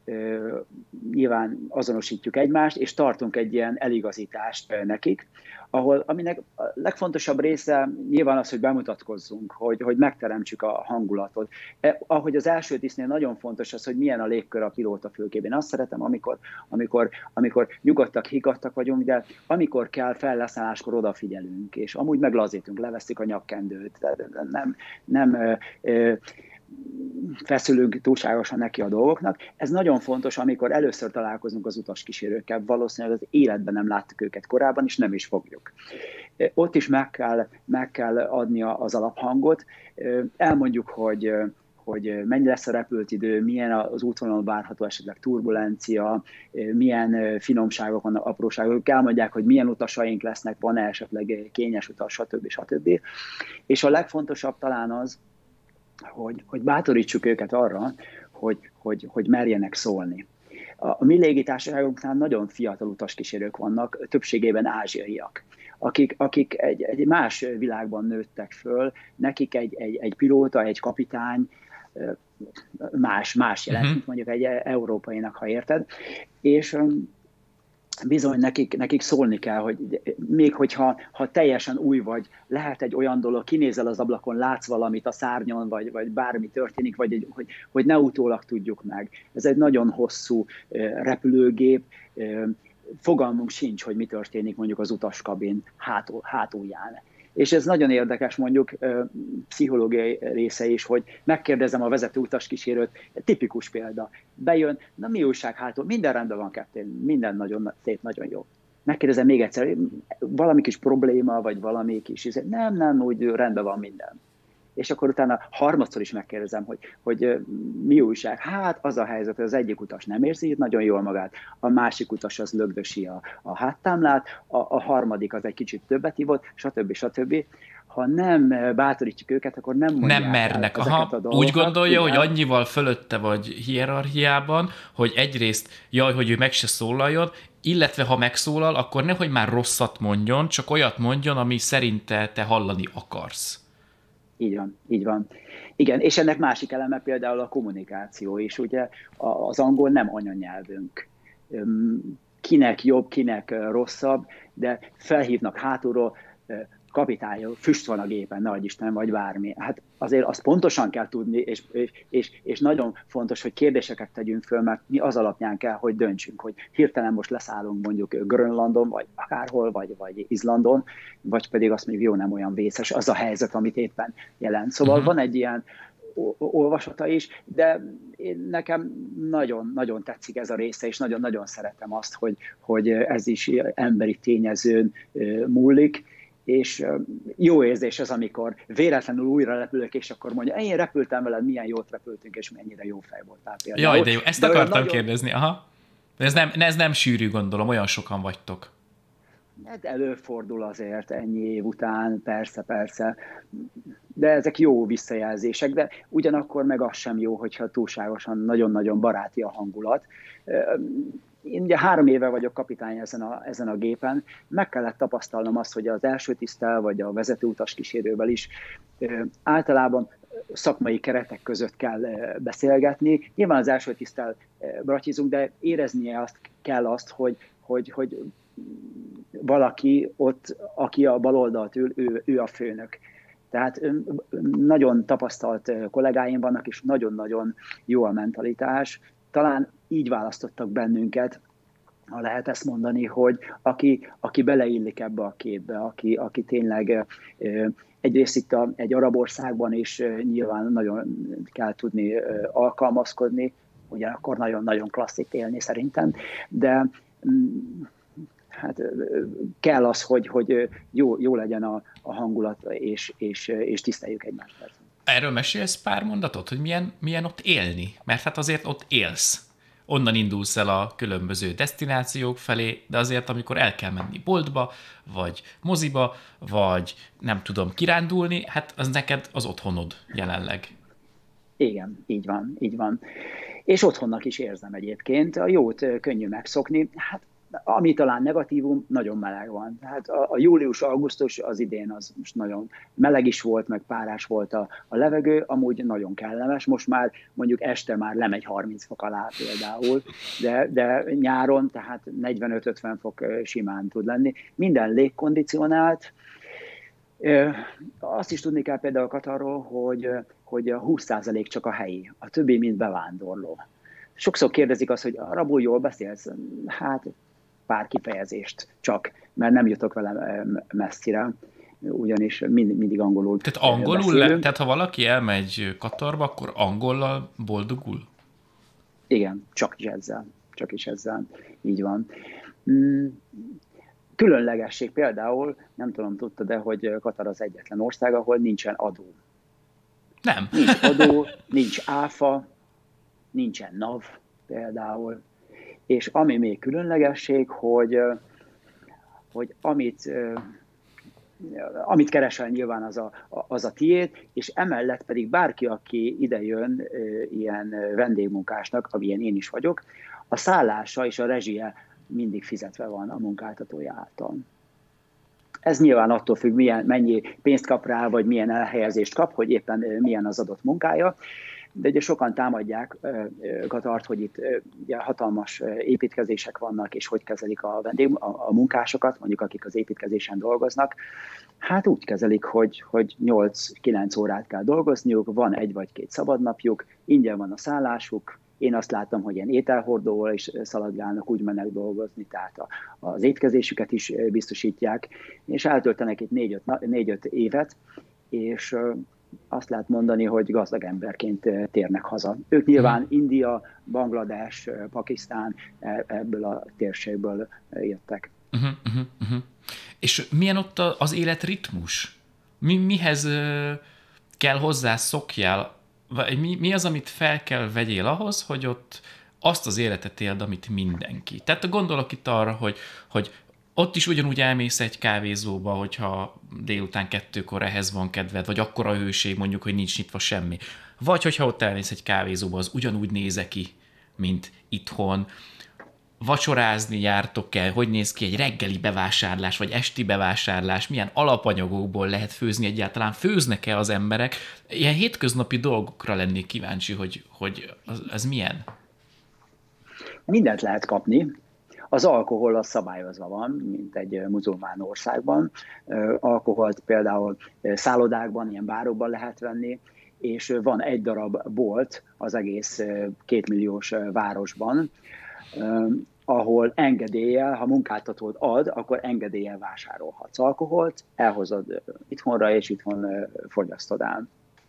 B: nyilván azonosítjuk egymást, és tartunk egy ilyen eligazítást nekik, ahol, aminek a legfontosabb része nyilván az, hogy bemutatkozzunk, hogy, hogy megteremtsük a hangulatot. E, ahogy az első tisztnél nagyon fontos az, hogy milyen a légkör a pilóta fülkében. Én azt szeretem, amikor, amikor, amikor nyugodtak, higgadtak vagyunk, de amikor kell, felleszálláskor odafigyelünk, és amúgy meglazítunk, leveszünk a nyakkendőt, tehát nem, nem ö, ö, feszülünk túlságosan neki a dolgoknak. Ez nagyon fontos, amikor először találkozunk az utaskísérőkkel, valószínűleg az életben nem láttuk őket korábban, és nem is fogjuk. Ott is meg kell, meg kell adni az alaphangot, elmondjuk, hogy hogy mennyi lesz a repült idő, milyen az útvonalon várható esetleg turbulencia, milyen finomságok vannak, apróságok, elmondják, hogy milyen utasaink lesznek, van-e esetleg kényes utas, stb. stb. És a legfontosabb talán az, Hogy, hogy bátorítsuk őket arra, hogy, hogy, hogy merjenek szólni. A, a mi légitársaságunknál nagyon fiatal utaskísérők vannak, többségében ázsiaiak, akik, akik egy, egy más világban nőttek föl, nekik egy, egy, egy pilóta, egy kapitány más, más jelent, uh-huh. mint mondjuk egy európainak, ha érted. És bizony nekik, nekik szólni kell, hogy még hogyha ha teljesen új vagy, lehet egy olyan dolog, kinézel az ablakon, látsz valamit a szárnyon, vagy, vagy bármi történik, vagy egy, hogy, hogy ne utólag tudjuk meg. Ez egy nagyon hosszú repülőgép, fogalmunk sincs, hogy mi történik mondjuk az utaskabin hátul, hátulján. És ez nagyon érdekes, mondjuk pszichológiai része is, hogy megkérdezem a vezető utaskísérőt, tipikus példa, bejön, na mi újság hátul, minden rendben van, kettőn, minden nagyon szép, nagyon jó. Megkérdezem még egyszer, valami kis probléma, vagy valami kis, nem, nem, úgy rendben van minden. És akkor utána harmadszor is megkérdezem, hogy, hogy mi újság. Hát az a helyzet, hogy az egyik utas nem érzi nagyon jól magát, a másik utas az lögdösi a, a háttámlát, a, a harmadik az egy kicsit többet ivott, stb. stb. Ha nem bátorítjuk őket, akkor nem mondják
A: nem mernek.
B: El
A: Aha,
B: a dolgokat.
A: Úgy gondolja,
B: Igen.
A: hogy annyival fölötte vagy hierarchiában, hogy egyrészt jaj, hogy ő meg se szólaljon, illetve ha megszólal, akkor nehogy már rosszat mondjon, csak olyat mondjon, ami szerinte te hallani akarsz.
B: Így van, így van. Igen, és ennek másik eleme például a kommunikáció is, ugye az angol nem anyanyelvünk. Kinek jobb, kinek rosszabb, de felhívnak hátulról, kapitány, füst van a gépen, nagy Isten, vagy bármi. Hát azért azt pontosan kell tudni, és, és, és nagyon fontos, hogy kérdéseket tegyünk föl, mert mi az alapján kell, hogy döntsünk, hogy hirtelen most leszállunk mondjuk Grönlandon, vagy akárhol, vagy, vagy Izlandon, vagy pedig azt mondjuk, jó, nem olyan vészes az a helyzet, amit éppen jelent. Szóval uh-huh. van egy ilyen olvasata is, de én, nekem nagyon-nagyon tetszik ez a része, és nagyon-nagyon szeretem azt, hogy, hogy ez is emberi tényezőn múlik, és jó érzés az, amikor véletlenül újra repülök, és akkor mondja, én repültem veled, milyen jót repültünk, és mennyire jó fej voltál például.
A: Jaj, de jó, ezt de akartam nagyon... kérdezni, aha. De ez nem, ez nem sűrű, gondolom, olyan sokan vagytok.
B: Hát előfordul azért ennyi év után, persze, persze, de ezek jó visszajelzések, de ugyanakkor meg az sem jó, hogyha túlságosan nagyon-nagyon baráti a hangulat. Én ugye három éve vagyok kapitány ezen a, ezen a gépen, meg kellett tapasztalnom azt, hogy az első tiszttel, vagy a vezetőutas kísérővel is általában szakmai keretek között kell beszélgetni. Nyilván az első tiszttel bratyizunk, de éreznie azt kell azt, hogy, hogy, hogy valaki ott, aki a bal oldalt ül, ő, ő a főnök. Tehát nagyon tapasztalt kollégáim vannak, és nagyon-nagyon jó a mentalitás. Talán így választottak bennünket, ha lehet ezt mondani, hogy aki, aki beleillik ebbe a képbe, aki, aki tényleg egyrészt itt a, egy arab országban is nyilván nagyon kell tudni alkalmazkodni, ugyanakkor nagyon-nagyon klasszik élni szerintem, de hát kell az, hogy, hogy jó, jó legyen a, a hangulat, és, és, és tiszteljük egymást.
A: Erről mesélsz pár mondatot, hogy milyen, milyen ott élni? Mert hát azért ott élsz. Onnan indulsz el a különböző desztinációk felé, de azért, amikor el kell menni boltba, vagy moziba, vagy nem tudom, kirándulni, hát az neked az otthonod jelenleg.
B: Igen, így van, így van. És otthonnak is érzem egyébként. A jót könnyű megszokni. Hát ami talán negatívum, nagyon meleg van. Hát a, a július-augusztus az idén az most nagyon meleg is volt, meg párás volt a, a levegő, amúgy nagyon kellemes. Most már mondjuk este már lemegy harminc fok alá például, de, de nyáron tehát negyvenöt-ötven fok simán tud lenni. Minden légkondicionált. Azt is tudni kell például Katarról, hogy, hogy a húsz százalék csak a helyi, a többi mind bevándorló. Sokszor kérdezik azt, hogy arabul jól beszélsz? Hát pár kifejezést csak, mert nem jutok vele messzire, ugyanis mind, mindig angolul
A: Tehát angolul, le, tehát ha valaki elmegy Katarba, akkor angollal boldogul?
B: Igen, csak is ezzel. Csak is ezzel. Így van. Különlegesség például, nem tudom, tudtad, de hogy Katar az egyetlen ország, ahol nincsen adó.
A: Nem.
B: Nincs adó, nincs áfa, nincsen NAV például. És ami még különlegesség, hogy, hogy amit, amit keresel nyilván az a, az a tiéd, és emellett pedig bárki, aki idejön ilyen vendégmunkásnak, amilyen én is vagyok, a szállása és a rezsie mindig fizetve van a munkáltatója által. Ez nyilván attól függ, milyen, mennyi pénzt kap rá, vagy milyen elhelyezést kap, hogy éppen milyen az adott munkája. De ugye sokan támadják Katart, hogy itt ugye hatalmas építkezések vannak, és hogy kezelik a, vendég, a, a munkásokat, mondjuk akik az építkezésen dolgoznak. Hát úgy kezelik, hogy, hogy nyolc-kilenc órát kell dolgozniuk, van egy vagy két szabadnapjuk, ingyen van a szállásuk. Én azt látom, hogy ilyen ételhordóval is szaladgálnak, úgy mennek dolgozni, tehát a, az étkezésüket is biztosítják, és eltöltenek itt négy-öt évet, és azt lehet mondani, hogy gazdag emberként térnek haza. Ők nyilván India, Banglades, Pakisztán, ebből a térségből jöttek.
A: Uh-huh, uh-huh, uh-huh. És milyen ott az életritmus? Mi, mihez kell hozzá szokjál? Mi, mi az, amit fel kell vegyél ahhoz, hogy ott azt az életet éld, amit mindenki? Tehát gondolok itt arra, hogy, hogy ott is ugyanúgy elmész egy kávézóba, hogyha délután kettőkor ehhez van kedved, vagy akkora hőség mondjuk, hogy nincs nyitva semmi. Vagy hogyha ott elmész egy kávézóba, az ugyanúgy néz ki, mint itthon. Vacsorázni jártok-e? Hogy néz ki egy reggeli bevásárlás, vagy esti bevásárlás? Milyen alapanyagokból lehet főzni egyáltalán? Főznek-e az emberek? Ilyen hétköznapi dolgokra lennék kíváncsi, hogy, hogy az, az milyen?
B: Mindent lehet kapni. Az alkohol az szabályozva van, mint egy muzulmán országban. Alkoholt például szállodákban, ilyen bárokban lehet venni, és van egy darab bolt az egész kétmilliós városban, ahol engedéllyel, ha munkáltatód ad, akkor engedéllyel vásárolhatsz alkoholt, elhozod itthonra, és itthon fogyasztod el.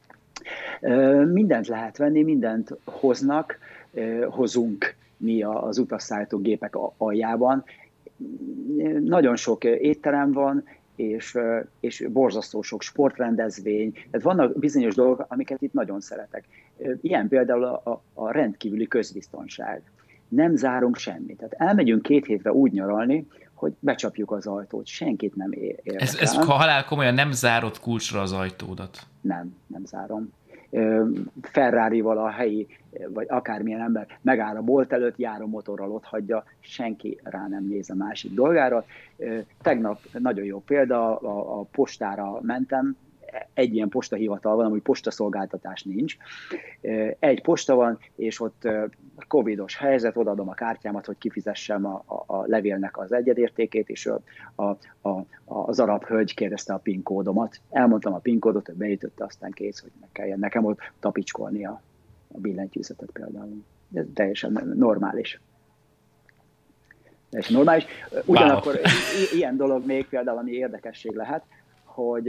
B: Mindent lehet venni, mindent hoznak, hozunk mi az utasszállító gépek aljában. Nagyon sok étterem van, és, és borzasztó sok sportrendezvény. Tehát vannak bizonyos dolgok, amiket itt nagyon szeretek. Ilyen például a, a rendkívüli közbiztonság. Nem zárunk semmit. Tehát elmegyünk két hétre úgy nyaralni, hogy becsapjuk az ajtót. Senkit nem érdekel.
A: Ez, ez halál komolyan, nem zárod kulcsra az ajtódat?
B: Nem, nem zárom. Ferrarival a helyi, vagy akármilyen ember megáll a bolt előtt, járó motorral ott hagyja, senki rá nem néz a másik dolgára. Tegnap nagyon jó példa, a, a postára mentem, egy ilyen postahivatal van, amúgy postaszolgáltatás nincs. Egy posta van, és ott covidos helyzet, odaadom a kártyámat, hogy kifizessem a, a, a levélnek az egyedértékét, és a, a, a, az arab hölgy kérdezte a PIN kódomat. Elmondtam a PIN kódot, ő beütötte, aztán kész, hogy meg kelljen nekem ott tapicskolni a, a billentyűzetet például. Ez teljesen normális. Teljesen normális. Ugyanakkor wow. i- ilyen dolog még például, ami érdekesség lehet, hogy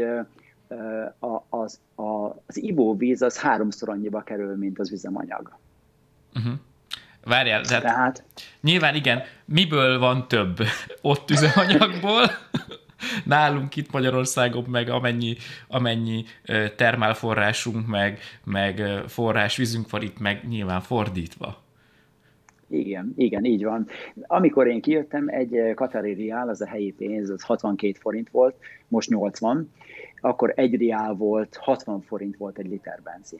B: A, az, a, az ivóvíz az háromszor annyiba kerül, mint az üzemanyag.
A: Uh-huh. Várjál, tehát,
B: tehát
A: nyilván igen, miből van több? Ott üzemanyagból, nálunk itt Magyarországon meg amennyi, amennyi termálforrásunk, meg, meg forrásvízünk van itt, meg nyilván fordítva.
B: Igen, igen, így van. Amikor én kijöttem, egy katari riál, az a helyi pénz, az hatvankét forint volt, most nyolcvan, akkor egy riál volt, hatvan forint volt egy liter benzin.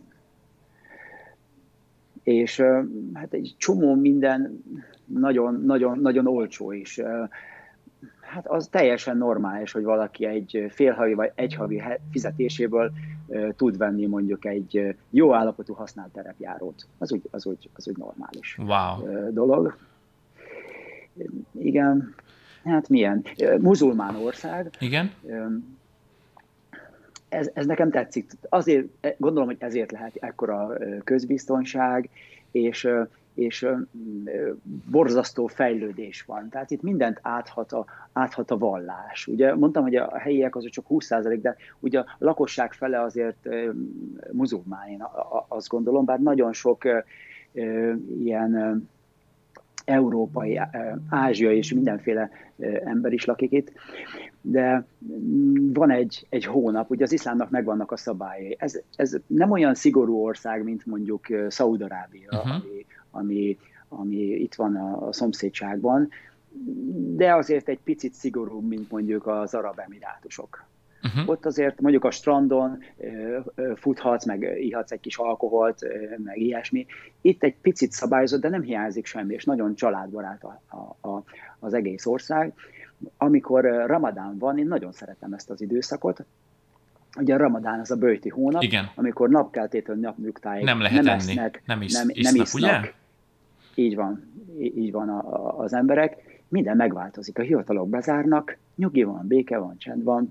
B: És hát egy csomó minden nagyon, nagyon, nagyon olcsó is. Hát az teljesen normális, hogy valaki egy félhavi vagy egyhavi fizetéséből tud venni mondjuk egy jó állapotú használt terepjárót. Az úgy, az úgy, az úgy normális
A: wow.
B: dolog. Igen, hát milyen? Muzulmán ország.
A: Igen.
B: Ez, ez nekem tetszik. Azért, gondolom, hogy ezért lehet ekkora közbiztonság, és, és borzasztó fejlődés van. Tehát itt mindent áthat a, áthat a vallás. Ugye mondtam, hogy a helyiek azok csak húsz százalék, de ugye a lakosság fele azért muzulmán, én azt gondolom, bár nagyon sok ilyen európai, ázsiai és mindenféle ember is lakik itt, de van egy, egy hónap, ugye az iszlámnak megvannak a szabályai. Ez, ez nem olyan szigorú ország, mint mondjuk Szaúd-Arábia, uh-huh. ami, ami, ami itt van a, a szomszédságban, de azért egy picit szigorúbb, mint mondjuk az Arab Emirátusok. Uh-huh. Ott azért mondjuk a strandon futhatsz, meg ihatsz egy kis alkoholt, meg ilyesmi. Itt egy picit szabályozott, de nem hiányzik semmi, és nagyon családbarát a, a, a, az egész ország. Amikor Ramadán van, én nagyon szeretem ezt az időszakot. Ugye a Ramadán az a böjti hónap,
A: igen.
B: amikor napkeltétől napnyugtáig
A: nem lehet
B: nem
A: enni,
B: esznek,
A: nem, is,
B: nem,
A: isznak,
B: nem isznak.
A: Ugye?
B: Így van, így van a, a, az emberek. Minden megváltozik, a hivatalok bezárnak, nyugi van, béke van, csend van.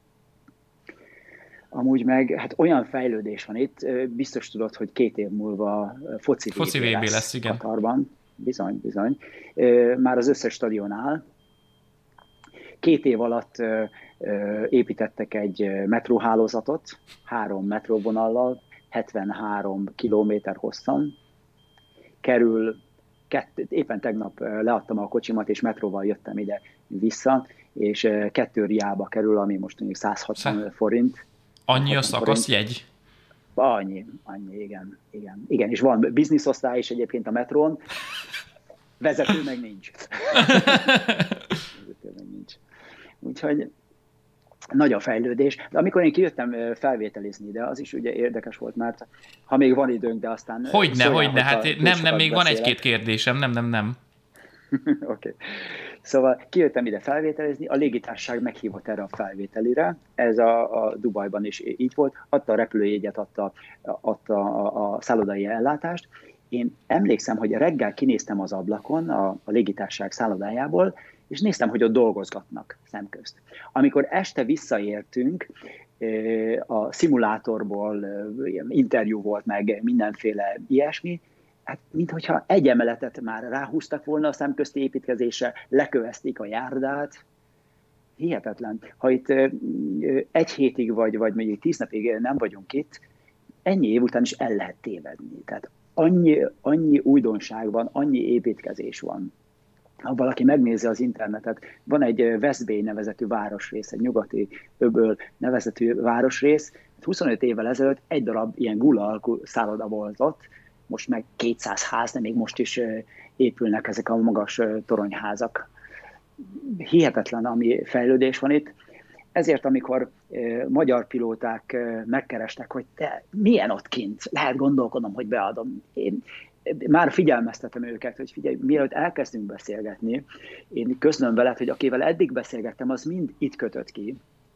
B: Amúgy meg hát olyan fejlődés van itt, biztos tudod, hogy két év múlva foci,
A: foci vé bé lesz, lesz igen.
B: Katarban. Bizony, bizony. Már az összes stadion áll. Két év alatt építettek egy metróhálózatot, három metróvonallal, hetvenhárom kilométer hosszan. Kerül, kettő, éppen tegnap leadtam a kocsimat, és metróval jöttem ide vissza, és kettő riába kerül, ami most mondjuk száz hatvan forint.
A: Annyi a szakaszjegy?
B: Annyi, annyi, igen, igen. Igen, és van bizniszosztály is egyébként a metrón, vezető meg nincs. vezető meg nincs. Úgyhogy nagy a fejlődés. De amikor én kijöttem felvételizni ide, az is ugye érdekes volt, mert ha még van időnk, de aztán...
A: Hogyne, hogyne, hát nem, nem, még beszélek. Van egy-két kérdésem, nem, nem, nem.
B: Oké. Okay. Szóval kijöttem ide felvételizni, a légitársaság meghívott erre a felvételire, ez a, a Dubajban is így volt, adta a repülőjegyet, adta, adta a, a szállodai ellátást, én emlékszem, hogy reggel kinéztem az ablakon a, a légitársaság szállodájából, és néztem, hogy ott dolgozgatnak szemközt. Amikor este visszaértünk, a szimulátorból interjú volt meg mindenféle ilyesmi, hát minthogyha egy emeletet már ráhúztak volna a szemközti építkezésre, lekövezték a járdát. Hihetetlen. Ha itt egy hétig vagy, vagy mondjuk tíz napig nem vagyunk itt, ennyi év után is el lehet tévedni. Tehát annyi, annyi újdonság van, annyi építkezés van. Ha valaki megnézi az internetet, van egy West Bay nevezetű városrész, egy nyugati öböl nevezetű városrész. huszonöt évvel ezelőtt egy darab ilyen gula alakú szálloda volt ott, most meg kétszáz ház, de még most is épülnek ezek a magas toronyházak. Hihetetlen, ami fejlődés van itt. Ezért, amikor eh, magyar pilóták eh, megkerestek, hogy te milyen ott kint, lehet gondolkodnom, hogy beadom. Én már figyelmeztetem őket, hogy figyelj, mielőtt elkezdünk beszélgetni, én közlöm veled, hogy akivel eddig beszélgettem, az mind itt kötött ki.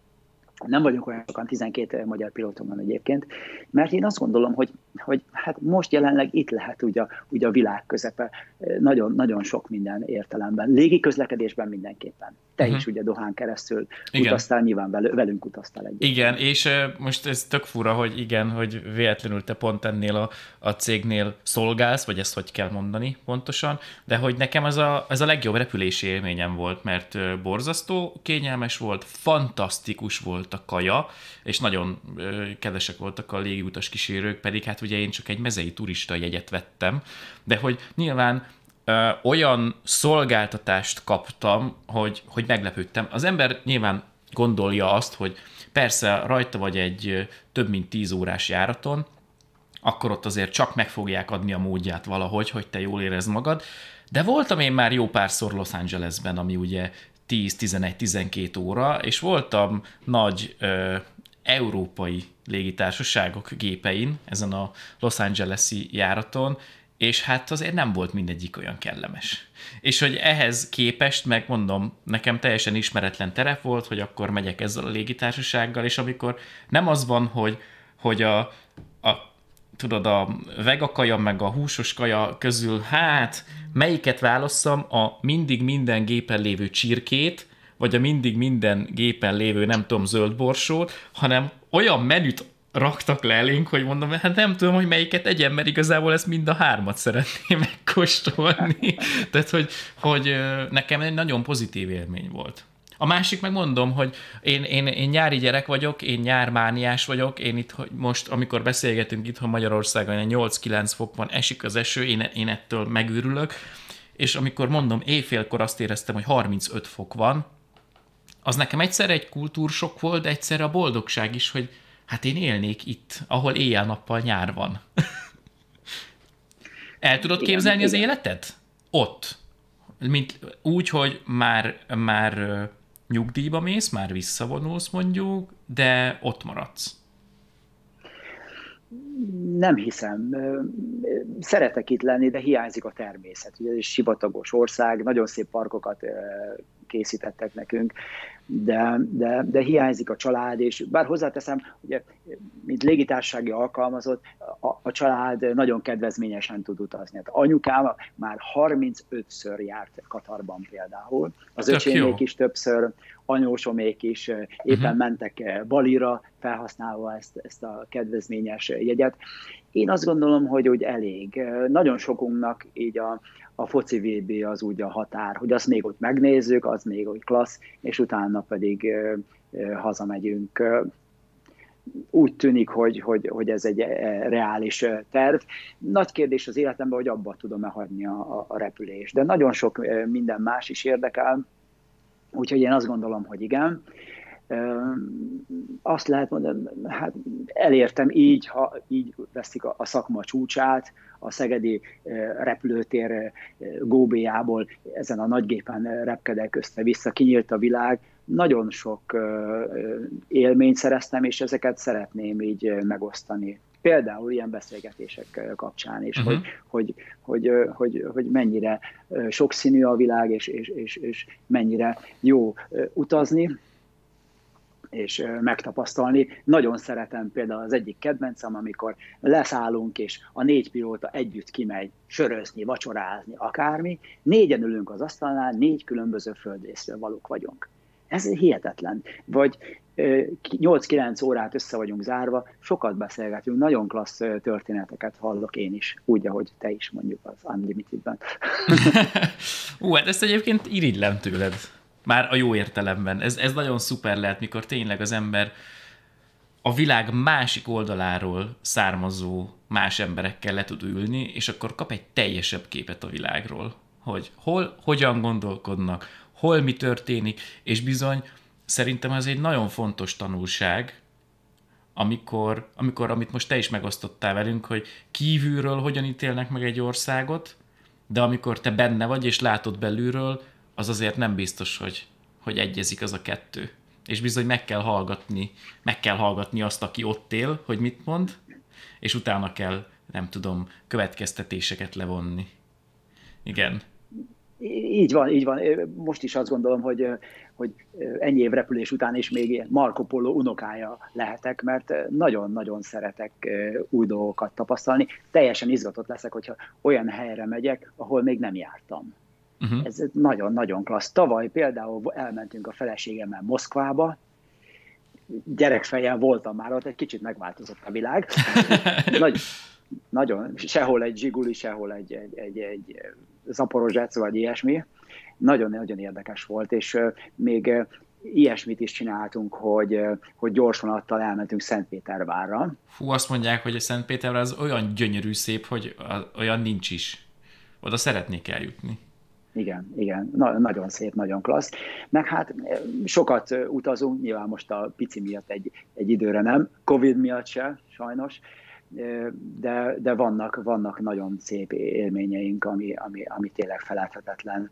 B: Nem vagyunk olyan sokan, tizenkét magyar pilótom van egyébként, mert én azt gondolom, hogy, hogy hát most jelenleg itt lehet ugye, ugye a világ közepe, nagyon, nagyon sok minden értelemben. Légi közlekedésben mindenképpen. Te uh-huh. is ugye Dohán keresztül igen. utaztál, nyilván velünk utaztál egyébként.
A: Igen, és most ez tök fura, hogy igen, hogy véletlenül te pont ennél a, a cégnél szolgálsz, vagy ezt hogy kell mondani pontosan, de hogy nekem ez a, ez a legjobb repülési élményem volt, mert borzasztó kényelmes volt, fantasztikus volt a kaja, és nagyon kedvesek voltak a légiutas kísérők, pedig hát ugye én csak egy mezei turista jegyet vettem, de hogy nyilván ö, olyan szolgáltatást kaptam, hogy, hogy meglepődtem. Az ember nyilván gondolja azt, hogy persze rajta vagy egy több mint tíz órás járaton, akkor ott azért csak meg fogják adni a módját valahogy, hogy te jól érezd magad, de voltam én már jó párszor Los Angelesben, ami ugye tíz, tizenegy, tizenkét óra, és voltam nagy ö, európai légitársaságok gépein, ezen a Los Angeles-i járaton, és hát azért nem volt mindegyik olyan kellemes. És hogy ehhez képest, megmondom, nekem teljesen ismeretlen terep volt, hogy akkor megyek ezzel a légitársasággal, és amikor nem az van, hogy, hogy a, a tudod, a vega kaja meg a húsos kaja közül, hát melyiket válasszam, a mindig minden gépen lévő csirkét, vagy a mindig minden gépen lévő, nem tudom, zöld borsót, hanem olyan menüt raktak le elénk, hogy mondom, hát nem tudom, hogy melyiket egyen, mert igazából ezt mind a hármat szeretném megkóstolni. Tehát, hogy, hogy nekem egy nagyon pozitív élmény volt. A másik meg mondom, hogy én, én, én nyári gyerek vagyok, én nyármániás vagyok, én itt most, amikor beszélgetünk itthon Magyarországon, nyolc-kilenc fok van, esik az eső, én, én ettől megőrülök, és amikor mondom, éjfélkor azt éreztem, hogy harmincöt fok van, az nekem egyszerre egy kultúrsok volt, de egyszerre a boldogság is, hogy hát én élnék itt, ahol éjjel-nappal nyár van. El tudod igen, képzelni igen. az életet? Ott. Mint úgy, hogy már, már nyugdíjba mész, már visszavonulsz mondjuk, de ott maradsz.
B: Nem hiszem. Szeretek itt lenni, de hiányzik a természet. Ugye ez egy sivatagos ország, nagyon szép parkokat készítettek nekünk, de, de, de hiányzik a család, és bár hozzáteszem, ugye, mint légitársasági alkalmazott, a, a család nagyon kedvezményesen tud utazni. Hát anyukám már harmincötször járt Katarban például, az öcsémék is többször, anyósomék is éppen uh-huh. mentek Balira, felhasználva ezt, ezt a kedvezményes jegyet. Én azt gondolom, hogy úgy elég. Nagyon sokunknak így a, a foci vé bé az úgy a határ, hogy azt még ott megnézzük, az még úgy klassz, és utána pedig ö, ö, hazamegyünk. Úgy tűnik, hogy, hogy, hogy ez egy reális terv. Nagy kérdés az életemben, hogy abba tudom-e hagyni a, a repülést. De nagyon sok minden más is érdekel, úgyhogy én azt gondolom, hogy igen. Azt lehet mondani, hát elértem így, ha így veszik a, a szakma csúcsát, a szegedi repülőtér góbéjából ezen a nagygépen repkedek össze-vissza, kinyílt a világ. Nagyon sok élményt szereztem, és ezeket szeretném így megosztani. Például ilyen beszélgetések kapcsán is, uh-huh. hogy, hogy, hogy, hogy, hogy mennyire sokszínű a világ, és, és, és, és mennyire jó utazni. és megtapasztalni. Nagyon szeretem például az egyik kedvencem, amikor leszállunk, és a négy pilóta együtt kimegy sörözni, vacsorázni, akármi. Négyen ülünk az asztalnál, négy különböző földrészről valók vagyunk. Ez hihetetlen. Vagy nyolc-kilenc órát össze vagyunk zárva, sokat beszélgetünk, nagyon klassz történeteket hallok én is, úgy, ahogy te is mondjuk az Unlimitedben.
A: Ú, hát ezt egyébként irigylem tőled. Már a jó értelemben. Ez, ez nagyon szuper lehet, mikor tényleg az ember a világ másik oldaláról származó más emberekkel le tud ülni, és akkor kap egy teljesebb képet a világról. Hogy hol, hogyan gondolkodnak, hol mi történik, és bizony szerintem ez egy nagyon fontos tanulság, amikor, amikor, amit most te is megosztottál velünk, hogy kívülről hogyan ítélnek meg egy országot, de amikor te benne vagy, és látod belülről, az azért nem biztos, hogy, hogy egyezik az a kettő. És bizony meg kell hallgatni, meg kell hallgatni azt, aki ott él, hogy mit mond, és utána kell, nem tudom, következtetéseket levonni. Igen.
B: Így van, így van. Most is azt gondolom, hogy, hogy ennyi év repülés után is még Marco Polo unokája lehetek, mert nagyon-nagyon szeretek új dolgokat tapasztalni. Teljesen izgatott leszek, hogyha olyan helyre megyek, ahol még nem jártam. Uh-huh. Ez nagyon-nagyon klassz. Tavaly például elmentünk a feleségemmel Moszkvába, gyerekfejjel voltam már ott, egy kicsit megváltozott a világ. Nagy, nagyon, sehol egy Zsiguli, sehol egy, egy, egy, egy Zaporozsec, vagy ilyesmi. Nagyon-nagyon érdekes volt, és még ilyesmit is csináltunk, hogy, hogy gyorsvonattal elmentünk Szentpétervárra.
A: Fú, azt mondják, hogy a Szentpétervár az olyan gyönyörű szép, hogy olyan nincs is. Oda szeretnék eljutni.
B: Igen, igen, Na, nagyon szép, nagyon klassz. Meg hát sokat utazunk, nyilván most a pici miatt egy, egy időre nem, Covid miatt se, sajnos, de, de vannak, vannak nagyon szép élményeink, ami, ami, ami tényleg feledhetetlen.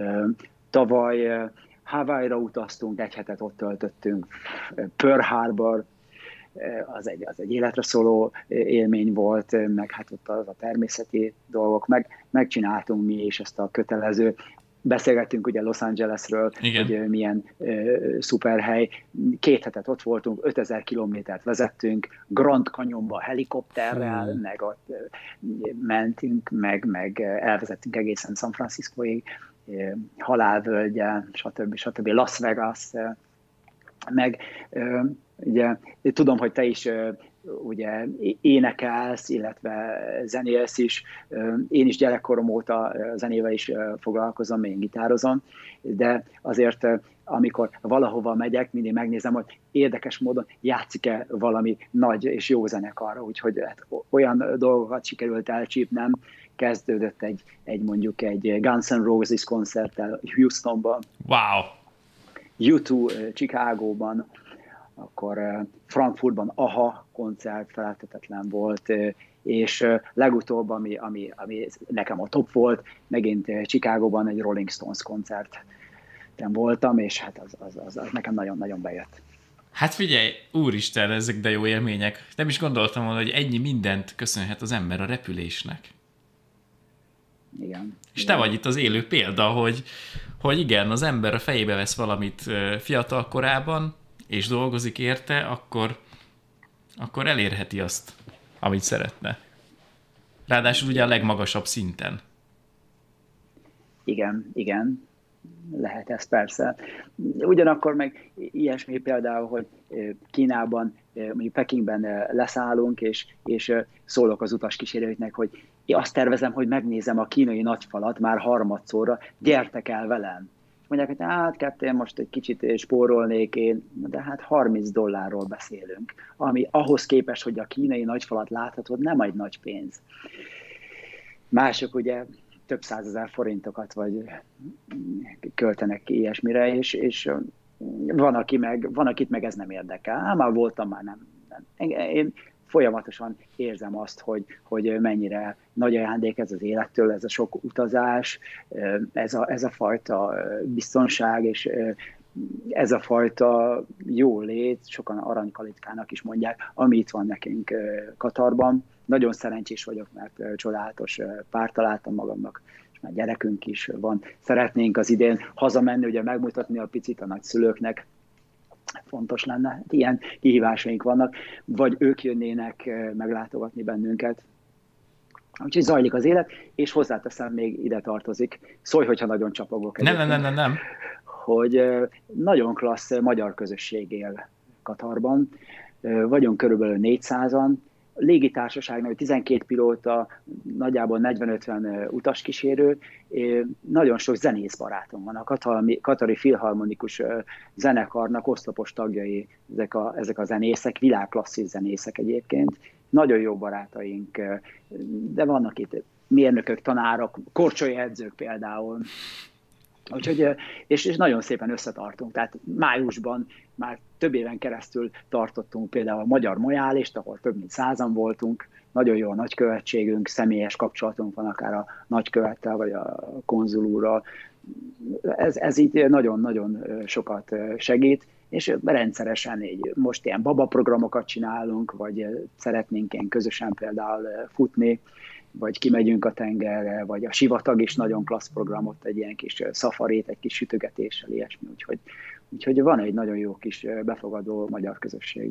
B: Tavaly Hawaii-ra utaztunk, egy hetet ott töltöttünk, Pearl Harbor, az egy, az egy életre szóló élmény volt, meg hát ott az a természeti dolgok, meg megcsináltunk mi is ezt a kötelező, beszélgettünk ugye Los Angelesről,
A: igen,
B: hogy milyen uh, szuper hely, két hetet ott voltunk, ötezer kilométert vezettünk, Grand Canyonba helikopterrel, hmm. meg ott uh, mentünk, meg, meg elvezettünk egészen San Franciscoig, uh, Halálvölgye, stb. stb. Las Vegas, uh, meg uh, ugye, tudom, hogy te is uh, ugye énekelsz, illetve zenélsz is. Én is gyerekkorom óta zenével is foglalkozom, én gitározom, de azért amikor valahova megyek, mindig megnézem, hogy érdekes módon játszik-e valami nagy és jó zenekarra, úgyhogy hát olyan dolgokat sikerült elcsípnem, kezdődött egy, egy mondjuk egy Guns N' Roses koncerttel Houstonban,
A: wow.
B: U kettő Chicagóban, akkor Frankfurtban Aha koncert feleltetetlen volt, és legutóbb, ami, ami, ami nekem a top volt, megint Chicagóban egy Rolling Stones koncerten voltam, és hát az, az, az, az nekem nagyon-nagyon bejött.
A: Hát figyelj, úristen, ezek de jó élmények. Nem is gondoltam volna, hogy ennyi mindent köszönhet az ember a repülésnek.
B: Igen.
A: És
B: igen.
A: te vagy itt az élő példa, hogy, hogy igen, az ember a fejébe vesz valamit fiatal korában, és dolgozik érte, akkor, akkor elérheti azt, amit szeretne. Ráadásul ugye a legmagasabb szinten.
B: Igen, igen, lehet ez persze. Ugyanakkor meg ilyesmi például, hogy Kínában, mondjuk Pekingben leszállunk, és, és szólok az utaskísérőknek, hogy én azt tervezem, hogy megnézem a kínai nagyfalat már harmadszorra, gyertek el velem. Mondják, hogy hát kettő, most egy kicsit spórolnék én, de hát harminc dollárról beszélünk, ami ahhoz képest, hogy a kínai nagyfalat láthatod, nem egy nagy pénz. Mások ugye több százezer forintokat vagy költenek ki ilyesmire, és, és van, aki meg, van, akit meg ez nem érdekel. Á, már voltam, már nem. nem. Én folyamatosan érzem azt, hogy, hogy mennyire nagy ajándék ez az élettől, ez a sok utazás, ez a, ez a fajta biztonság, és ez a fajta jólét, sokan aranykalitkának is mondják, ami itt van nekünk Katarban. Nagyon szerencsés vagyok, mert csodálatos párt találtam magamnak, és már gyerekünk is van. Szeretnénk az idén hazamenni, ugye megmutatni a picit a nagyszülőknek, fontos lenne. Ilyen kihívásaink vannak, vagy ők jönnének meglátogatni bennünket. Úgyhogy zajlik az élet, és hozzáteszem, még ide tartozik, szólj, hogyha nagyon csapogok.
A: Nem, nem, nem, nem, nem.
B: Hogy nagyon klassz magyar közösség él Katarban. Vagyunk körülbelül négyszázan. A légitársaságnak tizenkét pilóta, nagyjából negyven-ötven utaskísérő, nagyon sok zenész barátom van. A katari, katari filharmonikus zenekarnak oszlopos tagjai ezek a, ezek a zenészek, világklasszis zenészek egyébként. Nagyon jó barátaink, de vannak itt mérnökök, tanárok, korcsolyi edzők például. Úgyhogy, és, és nagyon szépen összetartunk. Tehát májusban már több éven keresztül tartottunk például a Magyar Majálist, ahol több mint százan voltunk. Nagyon jó a nagykövetségünk, személyes kapcsolatunk van akár a nagykövettel, vagy a konzul úrral. Ez, ez így nagyon-nagyon sokat segít, és rendszeresen így most ilyen babaprogramokat csinálunk, vagy szeretnénk ilyen közösen például futni, vagy kimegyünk a tengerre, vagy a sivatag is nagyon klassz programot, egy ilyen kis szafarit, egy kis sütögetéssel, ilyesmi. Úgyhogy, úgyhogy van egy nagyon jó kis befogadó magyar közösség.